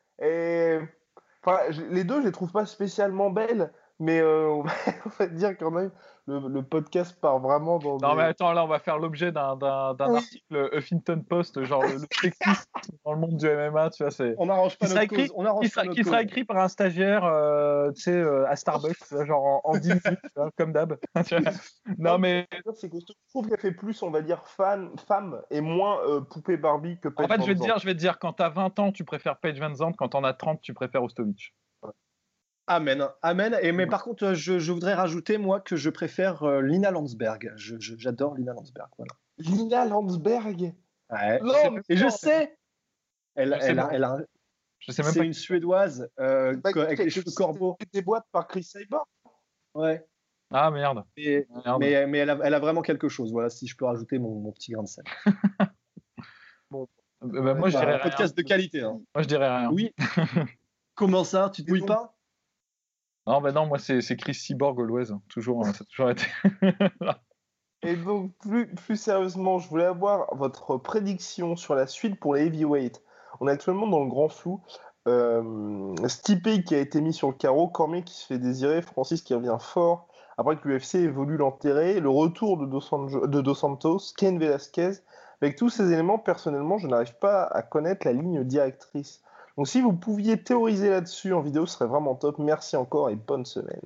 les deux, je les trouve pas spécialement belles, mais on va dire quand même, le podcast part vraiment dans. Non, mais attends, là, on va faire l'objet d'un article Huffington Post, genre le sexisme dans le monde du MMA, tu vois. On n'arrange pas notre cause. Qui sera écrit par un stagiaire, à Starbucks, genre en 10 minutes, comme d'hab. Non, mais. C'est que je trouve qu'elle fait plus, on va dire, femme et moins poupée Barbie que Paige Van Zandt. En fait, je vais te dire, quand t'as 20 ans, tu préfères Paige Van Zandt, quand t'en as 30, tu préfères Ostovich. Amen. Mais par contre, je voudrais rajouter, moi, que je préfère Lina Landsberg. J'adore Lina Landsberg. Voilà. Lina Landsberg? Ouais. Non, et je sais. Elle a je sais même c'est pas une Suédoise avec les cheveux corbeaux. Des boîtes par Chris Cyborg. Ouais. Ah merde. Mais elle a vraiment quelque chose. Voilà, si je peux rajouter mon petit grain de sel. Bon. Moi, je dirais un podcast de qualité. Moi, je dirais rien. Oui. Comment ça? Tu te mouilles pas? Non, moi, c'est Chris Cyborg always. Toujours, ça a toujours été. Et donc, plus sérieusement, je voulais avoir votre prédiction sur la suite pour les heavyweight. On est actuellement dans le grand flou. Stipe qui a été mis sur le carreau, Cormier qui se fait désirer, Francis qui revient fort après que l'UFC ait voulu l'enterrer, le retour de Dos Santos, Cain Velasquez. Avec tous ces éléments, personnellement, je n'arrive pas à connaître la ligne directrice. Donc si vous pouviez théoriser là-dessus en vidéo, ce serait vraiment top. Merci encore et bonne semaine.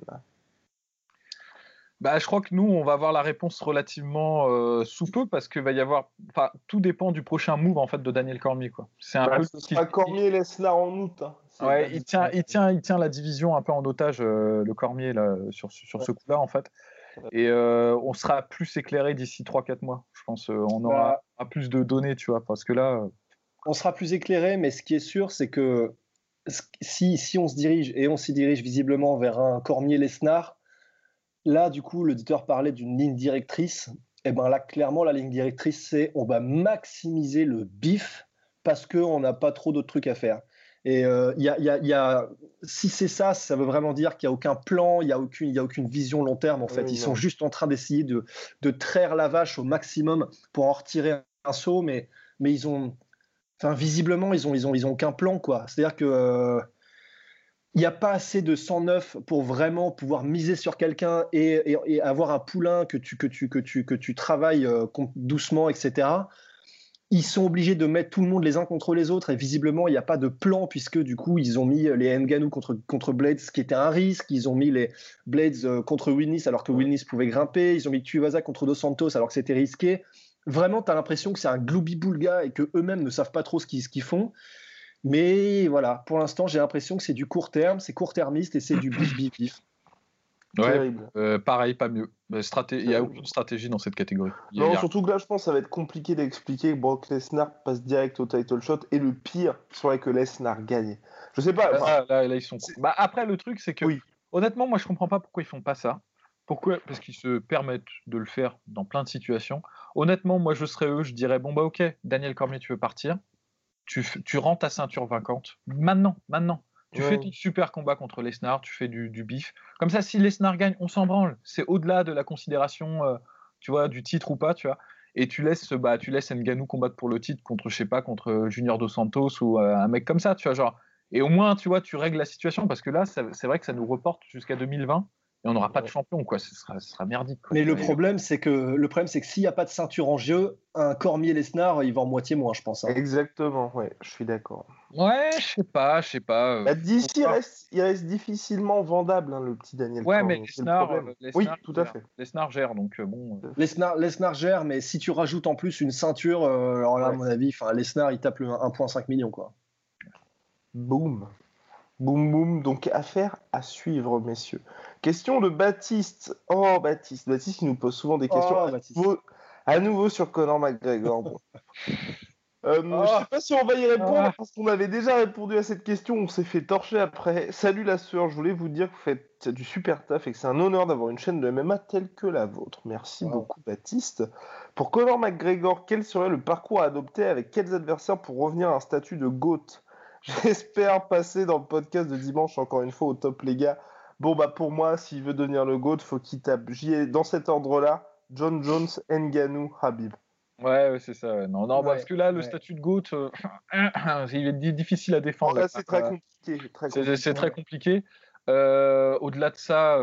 Je crois que nous, on va avoir la réponse relativement sous peu parce que va y avoir. Enfin, tout dépend du prochain move en fait de Daniel Cormier, quoi. C'est un peu. Ce sera Cormier Lesnar en août. Ouais, il tient la division un peu en otage, le Cormier là, sur ce coup-là en fait. Et on sera plus éclairé d'ici 3-4 mois. Je pense on aura plus de données, tu vois, parce que là. On sera plus éclairé, mais ce qui est sûr, c'est que si on se dirige, et on s'y dirige visiblement vers un Cormier-Lesnar, là, du coup, l'auditeur parlait d'une ligne directrice. Et bien là, clairement, la ligne directrice, c'est on va maximiser le bif parce qu'on n'a pas trop d'autres trucs à faire. Et si c'est ça, ça veut vraiment dire qu'il n'y a aucun plan, il n'y a aucune vision long terme, en fait. Ils sont juste en train d'essayer de traire la vache au maximum pour en retirer un saut, mais ils ont... Enfin, visiblement, ils ont aucun plan, quoi. C'est-à-dire que il n'y a pas assez de 109 pour vraiment pouvoir miser sur quelqu'un et avoir un poulain que tu travailles doucement, etc. Ils sont obligés de mettre tout le monde les uns contre les autres et visiblement, il n'y a pas de plan puisque du coup, ils ont mis les Ngannou contre Blades, ce qui était un risque. Ils ont mis les Blades contre Wilnis alors que Wilnis pouvait grimper. Ils ont mis Tuivasa contre Dos Santos alors que c'était risqué. Vraiment, tu as l'impression que c'est un gloubi-boulga et qu'eux-mêmes ne savent pas trop ce qu'ils font. Mais voilà, pour l'instant, j'ai l'impression que c'est du court terme, c'est court-termiste et c'est du bif-bif. Ouais, pareil, pas mieux. Il n'y a aucune stratégie dans cette catégorie. Surtout que là, je pense que ça va être compliqué d'expliquer que Brock Lesnar passe direct au title shot et le pire serait que Lesnar gagne. Je sais pas. Là, ils sont. Après, le truc, c'est que honnêtement, moi, je comprends pas pourquoi ils font pas ça. Pourquoi ? Parce qu'ils se permettent de le faire dans plein de situations. Honnêtement, moi, je serais eux, je dirais bon, ok, Daniel Cormier, tu veux partir. Tu rends ta ceinture vacante. Maintenant. Tu fais ton super combat contre Lesnar, tu fais du bif. Comme ça, si Lesnar gagne, on s'en branle. C'est au-delà de la considération, tu vois, du titre ou pas, tu vois. Et tu laisses Ngannou combattre pour le titre contre Junior Dos Santos ou un mec comme ça, tu vois, genre. Et au moins, tu vois, tu règles la situation parce que là, c'est vrai que ça nous reporte jusqu'à 2020. et on n'aura pas de champion, quoi. Ce sera merdique, quoi. Mais le problème, c'est que s'il n'y a pas de ceinture en jeu, un Cormier-Lesnar, il va en moitié moins, je pense. Exactement, ouais, je suis d'accord. Ouais, je sais pas. D'ici, il reste difficilement vendable, le petit Daniel Cormier. Ouais, mais Lesnar, oui, tout à fait. Lesnar gère, donc bon. Lesnar gère, mais si tu rajoutes en plus une ceinture, alors là, à mon avis, Lesnar, il tape le 1,5 million, quoi. Boum. Boum, boum. Donc, affaire à suivre, messieurs. Question de Baptiste. Oh, Baptiste, il nous pose souvent des questions à nouveau sur Conor McGregor. Bon. Je sais pas si on va y répondre parce qu'on avait déjà répondu à cette question. On s'est fait torcher après. Salut la sœur, je voulais vous dire que vous faites du super taf et que c'est un honneur d'avoir une chaîne de MMA telle que la vôtre. Merci beaucoup, Baptiste. Pour Conor McGregor, quel serait le parcours à adopter avec quels adversaires pour revenir à un statut de GOAT? J'espère passer dans le podcast de dimanche encore une fois au top, les gars. Bon, pour moi, s'il veut devenir le GOAT, faut qu'il tape. J'y ai dans cet ordre-là: John Jones, Ngannou, Khabib. Ouais, c'est ça. Ouais. Non, parce que là, le statut de GOAT, il est difficile à défendre. Là, c'est très compliqué. C'est très compliqué. Au-delà de ça,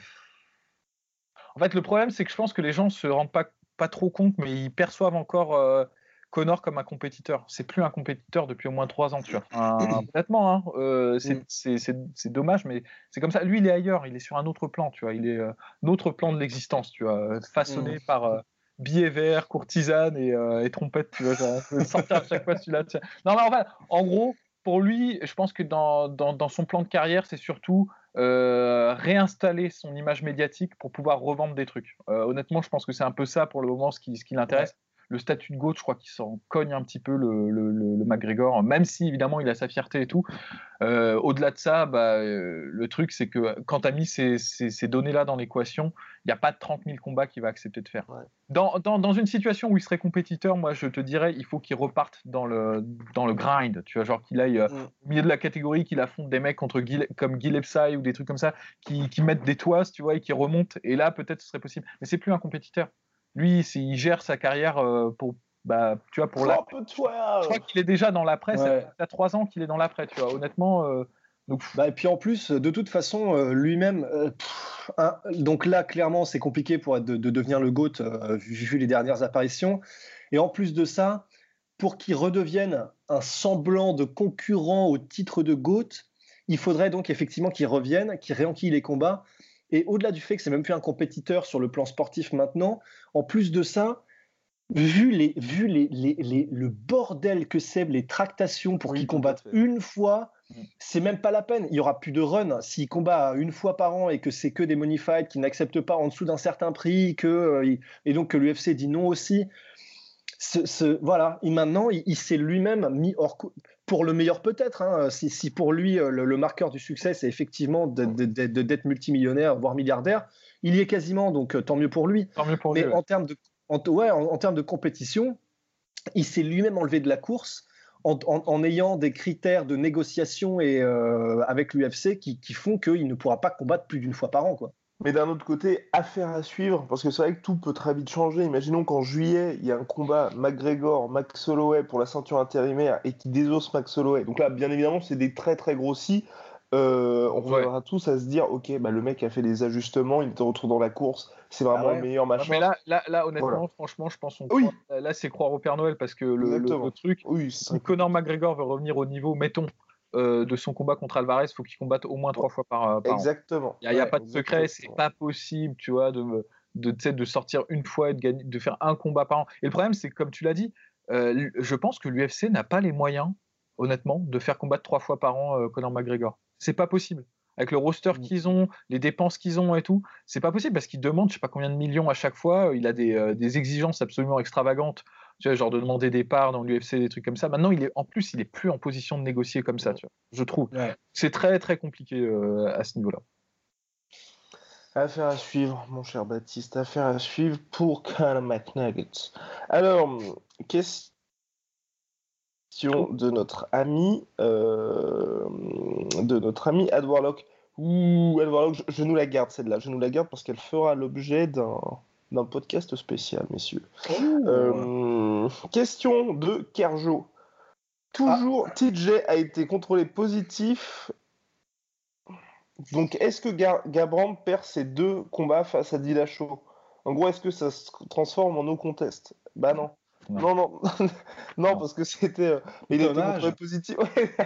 en fait, le problème, c'est que je pense que les gens se rendent pas trop compte, mais ils perçoivent encore Conor comme un compétiteur. C'est plus un compétiteur depuis au moins 3 ans, tu vois. Honnêtement, c'est dommage, mais c'est comme ça. Lui, il est ailleurs. Il est sur un autre plan, tu vois. Il est un autre plan de l'existence, tu vois, façonné par billets verts, courtisane et trompette, tu vois. Sortir à chaque fois celui-là. Non, mais en gros, pour lui, je pense que dans son plan de carrière, c'est surtout réinstaller son image médiatique pour pouvoir revendre des trucs. Honnêtement, je pense que c'est un peu ça pour le moment ce qui l'intéresse. Ouais. Le statut de GOAT, je crois qu'il s'en cogne un petit peu le McGregor, même si évidemment il a sa fierté et tout. Au-delà de ça, le truc c'est que quand tu as mis ces données-là dans l'équation, il n'y a pas de 30 000 combats qu'il va accepter de faire. Ouais. Dans une situation où il serait compétiteur, moi je te dirais, il faut qu'il reparte dans le grind, tu vois, genre qu'il aille au milieu de la catégorie, qu'il affronte des mecs comme Gil Epsai ou des trucs comme ça, qui mettent des toises, tu vois, et qui remontent, et là peut-être ce serait possible. Mais c'est plus un compétiteur. Lui, il gère sa carrière pour la. Je crois qu'il est déjà dans l'après. Ouais. Ça fait 3 ans qu'il est dans l'après, tu vois. Honnêtement. Et puis en plus, de toute façon, lui-même. Donc là, clairement, c'est compliqué pour de devenir le GOAT vu les dernières apparitions. Et en plus de ça, pour qu'il redevienne un semblant de concurrent au titre de GOAT, il faudrait donc effectivement qu'il revienne, qu'il réenquille les combats. Et au-delà du fait que c'est même plus un compétiteur sur le plan sportif maintenant, en plus de ça, vu le bordel que c'est, les tractations pour qu'il combatte une fois, c'est même pas la peine. Il y aura plus de run. S'il combat une fois par an et que c'est que des money fights qui n'acceptent pas en dessous d'un certain prix, et donc que l'UFC dit non aussi. Voilà, maintenant, il s'est lui-même mis hors cours. Pour le meilleur peut-être, si pour lui le marqueur du succès c'est effectivement d'être multimillionnaire voire milliardaire, il y est quasiment, donc tant mieux pour lui. Mais en termes de compétition, il s'est lui-même enlevé de la course en ayant des critères de négociation et avec l'UFC qui font qu'il ne pourra pas combattre plus d'une fois par an, quoi. Mais d'un autre côté, affaire à suivre, parce que c'est vrai que tout peut très vite changer. Imaginons qu'en juillet, il y a un combat McGregor-Max Holloway pour la ceinture intérimaire et qui désosse Max Holloway. Donc là, bien évidemment, c'est des très très grossis. On reviendra tous à se dire, ok, le mec a fait des ajustements, il te retrouve dans la course, c'est vraiment le meilleur machin. Mais là honnêtement, franchement, je pense là, c'est croire au Père Noël, parce que le truc, si Conor McGregor veut revenir au niveau, mettons, de son combat contre Alvarez, il faut qu'il combatte au moins 3 fois par Exactement. an. Il n'y a pas de secret, c'est pas possible, tu vois, de sortir une fois et de faire un combat par an. Et le problème, c'est que, comme tu l'as dit, je pense que l'UFC n'a pas les moyens, honnêtement, de faire combattre 3 fois par an Conor McGregor. C'est pas possible. Avec le roster qu'ils ont, les dépenses qu'ils ont et tout, c'est pas possible, parce qu'ils demandent je sais pas combien de millions à chaque fois. Il a des exigences absolument extravagantes, tu vois, genre de demander des parts dans l'UFC, des trucs comme ça. Maintenant, il est plus en position de négocier comme ça, tu vois, je trouve. Ouais. C'est très très compliqué à ce niveau-là. Affaire à suivre, mon cher Baptiste. Affaire à suivre pour Conor McNuggets. Alors, question de notre ami Ad Warlock. Ad Warlock, je nous la garde celle-là. Je nous la garde parce qu'elle fera l'objet d'un podcast spécial, messieurs. Question de Kerjo. Toujours, TJ a été contrôlé positif Donc, est-ce que Garbrandt perd ses 2 combats face à Dillashaw? En gros, est-ce que ça se transforme en no contest? Bah non. Non, parce que c'était... il a été contrôlé positif.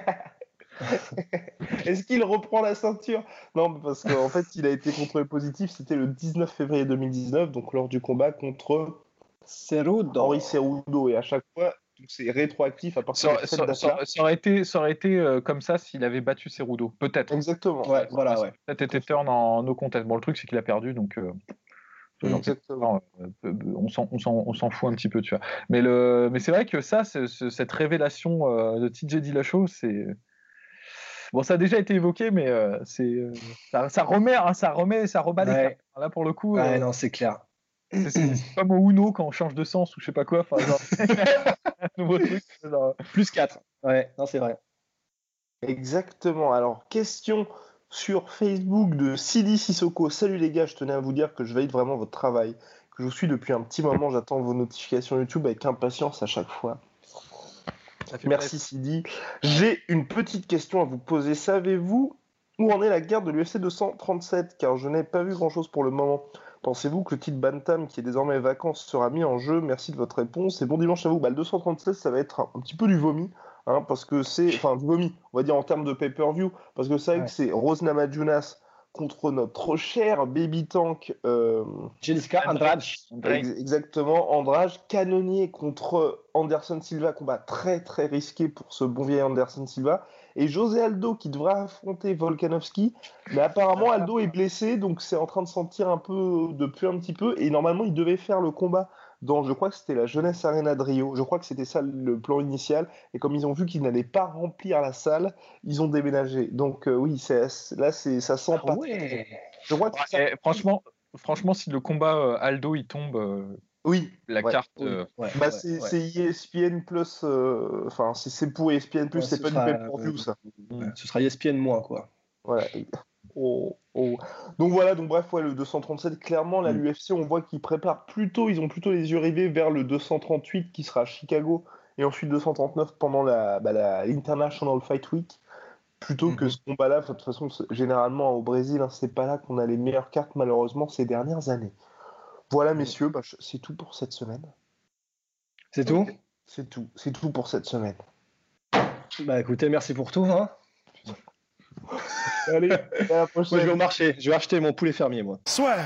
Est-ce qu'il reprend la ceinture? Non, parce qu'en fait, il a été contrôlé positif, c'était le 19 février 2019, donc lors du combat contre Henri Cerudo. Et à chaque fois, c'est rétroactif à partir de cette date-là. Ça aurait été comme ça s'il avait battu Cerudo, peut-être. Exactement. Ouais. Peut-être été turn en no contest. Bon, le truc, c'est qu'il a perdu, donc... Exactement. On s'en fout un petit peu, tu vois. Mais c'est vrai que cette révélation de TJ Dillashaw, c'est... Bon, ça a déjà été évoqué, mais ça rebat les cartes. Là, pour le coup... non, c'est clair. C'est comme au Uno quand on change de sens ou je sais pas quoi. Genre, un nouveau truc. Genre... Plus 4. Ouais, non, c'est vrai. Exactement. Alors, question sur Facebook de Sidi Sissoko. Salut les gars, je tenais à vous dire que je valide vraiment votre travail, que je vous suis depuis un petit moment. J'attends vos notifications YouTube avec impatience à chaque fois. Merci Sidi. J'ai une petite question à vous poser. Savez-vous où en est la guerre de l'UFC 237? Car je n'ai pas vu grand-chose pour le moment. Pensez-vous que le titre Bantam, qui est désormais vacant, sera mis en jeu? Merci de votre réponse. Et bon dimanche à vous. Le 237, ça va être un petit peu du vomi. Parce que c'est... Enfin, du vomi, on va dire en termes de pay-per-view. Parce que c'est vrai que c'est Rose Namajunas contre notre cher Baby Tank. Jessica Andrade. Exactement, Andrade. Cannonier contre Anderson Silva. Combat très très risqué pour ce bon vieil Anderson Silva. Et José Aldo qui devra affronter Volkanovski. Mais apparemment, Aldo est blessé. Donc c'est en train de sentir un peu depuis un petit peu. Et normalement, il devait faire le combat dans, je crois que c'était la Jeunesse Arena de Rio. Je crois que c'était ça le plan initial. Et comme ils ont vu qu'ils n'allaient pas remplir la salle, ils ont déménagé. Donc oui, ça sent pas. Ouais. Je crois que ça... franchement, si le combat Aldo il tombe, oui, la carte. C'est ESPN Plus. Enfin, c'est pour ESPN Plus, c'est pas du pay-per-view ça. Ce sera ESPN moins quoi. Voilà. Donc voilà, bref, le 237, clairement, l'UFC, on voit qu'ils préparent plutôt, ils ont plutôt les yeux rivés vers le 238 qui sera à Chicago et ensuite 239 pendant la International Fight Week, plutôt que ce combat-là. De toute façon, généralement au Brésil, c'est pas là qu'on a les meilleures cartes malheureusement ces dernières années. Voilà, messieurs, c'est tout pour cette semaine. C'est tout ? C'est tout pour cette semaine. Écoutez, merci pour tout. Allez, à la prochaine. Moi, je vais au marché. Je vais acheter mon poulet fermier, moi. Soit.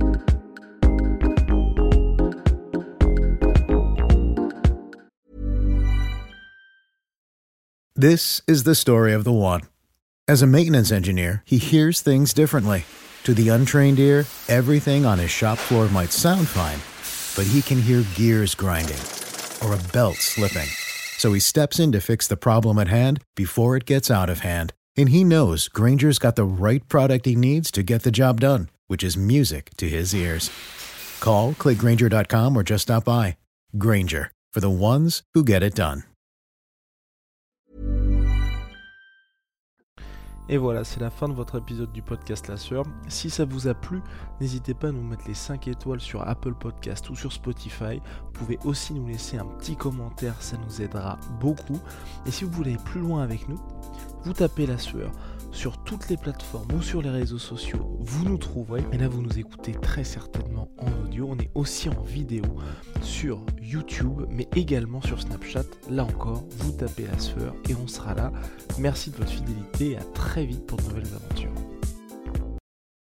This is the story of the one. As a maintenance engineer, he hears things differently. To the untrained ear, everything on his shop floor might sound fine, but he can hear gears grinding or a belt slipping. So he steps in to fix the problem at hand before it gets out of hand. And he knows Grainger's got the right product he needs to get the job done, which is music to his ears. Call, click Grainger.com or just stop by. Grainger, for the ones who get it done. Et voilà, c'est la fin de votre épisode du podcast La Sueur. Si ça vous a plu, n'hésitez pas à nous mettre les 5 étoiles sur Apple Podcast ou sur Spotify. Vous pouvez aussi nous laisser un petit commentaire, ça nous aidera beaucoup. Et si vous voulez aller plus loin avec nous, vous tapez La Sueur sur toutes les plateformes ou sur les réseaux sociaux, vous nous trouverez. Et là, vous nous écoutez très certainement en audio. On est aussi en vidéo sur YouTube, mais également sur Snapchat. Là encore, vous tapez La Sueur et on sera là. Merci de votre fidélité et à très vite pour de nouvelles aventures.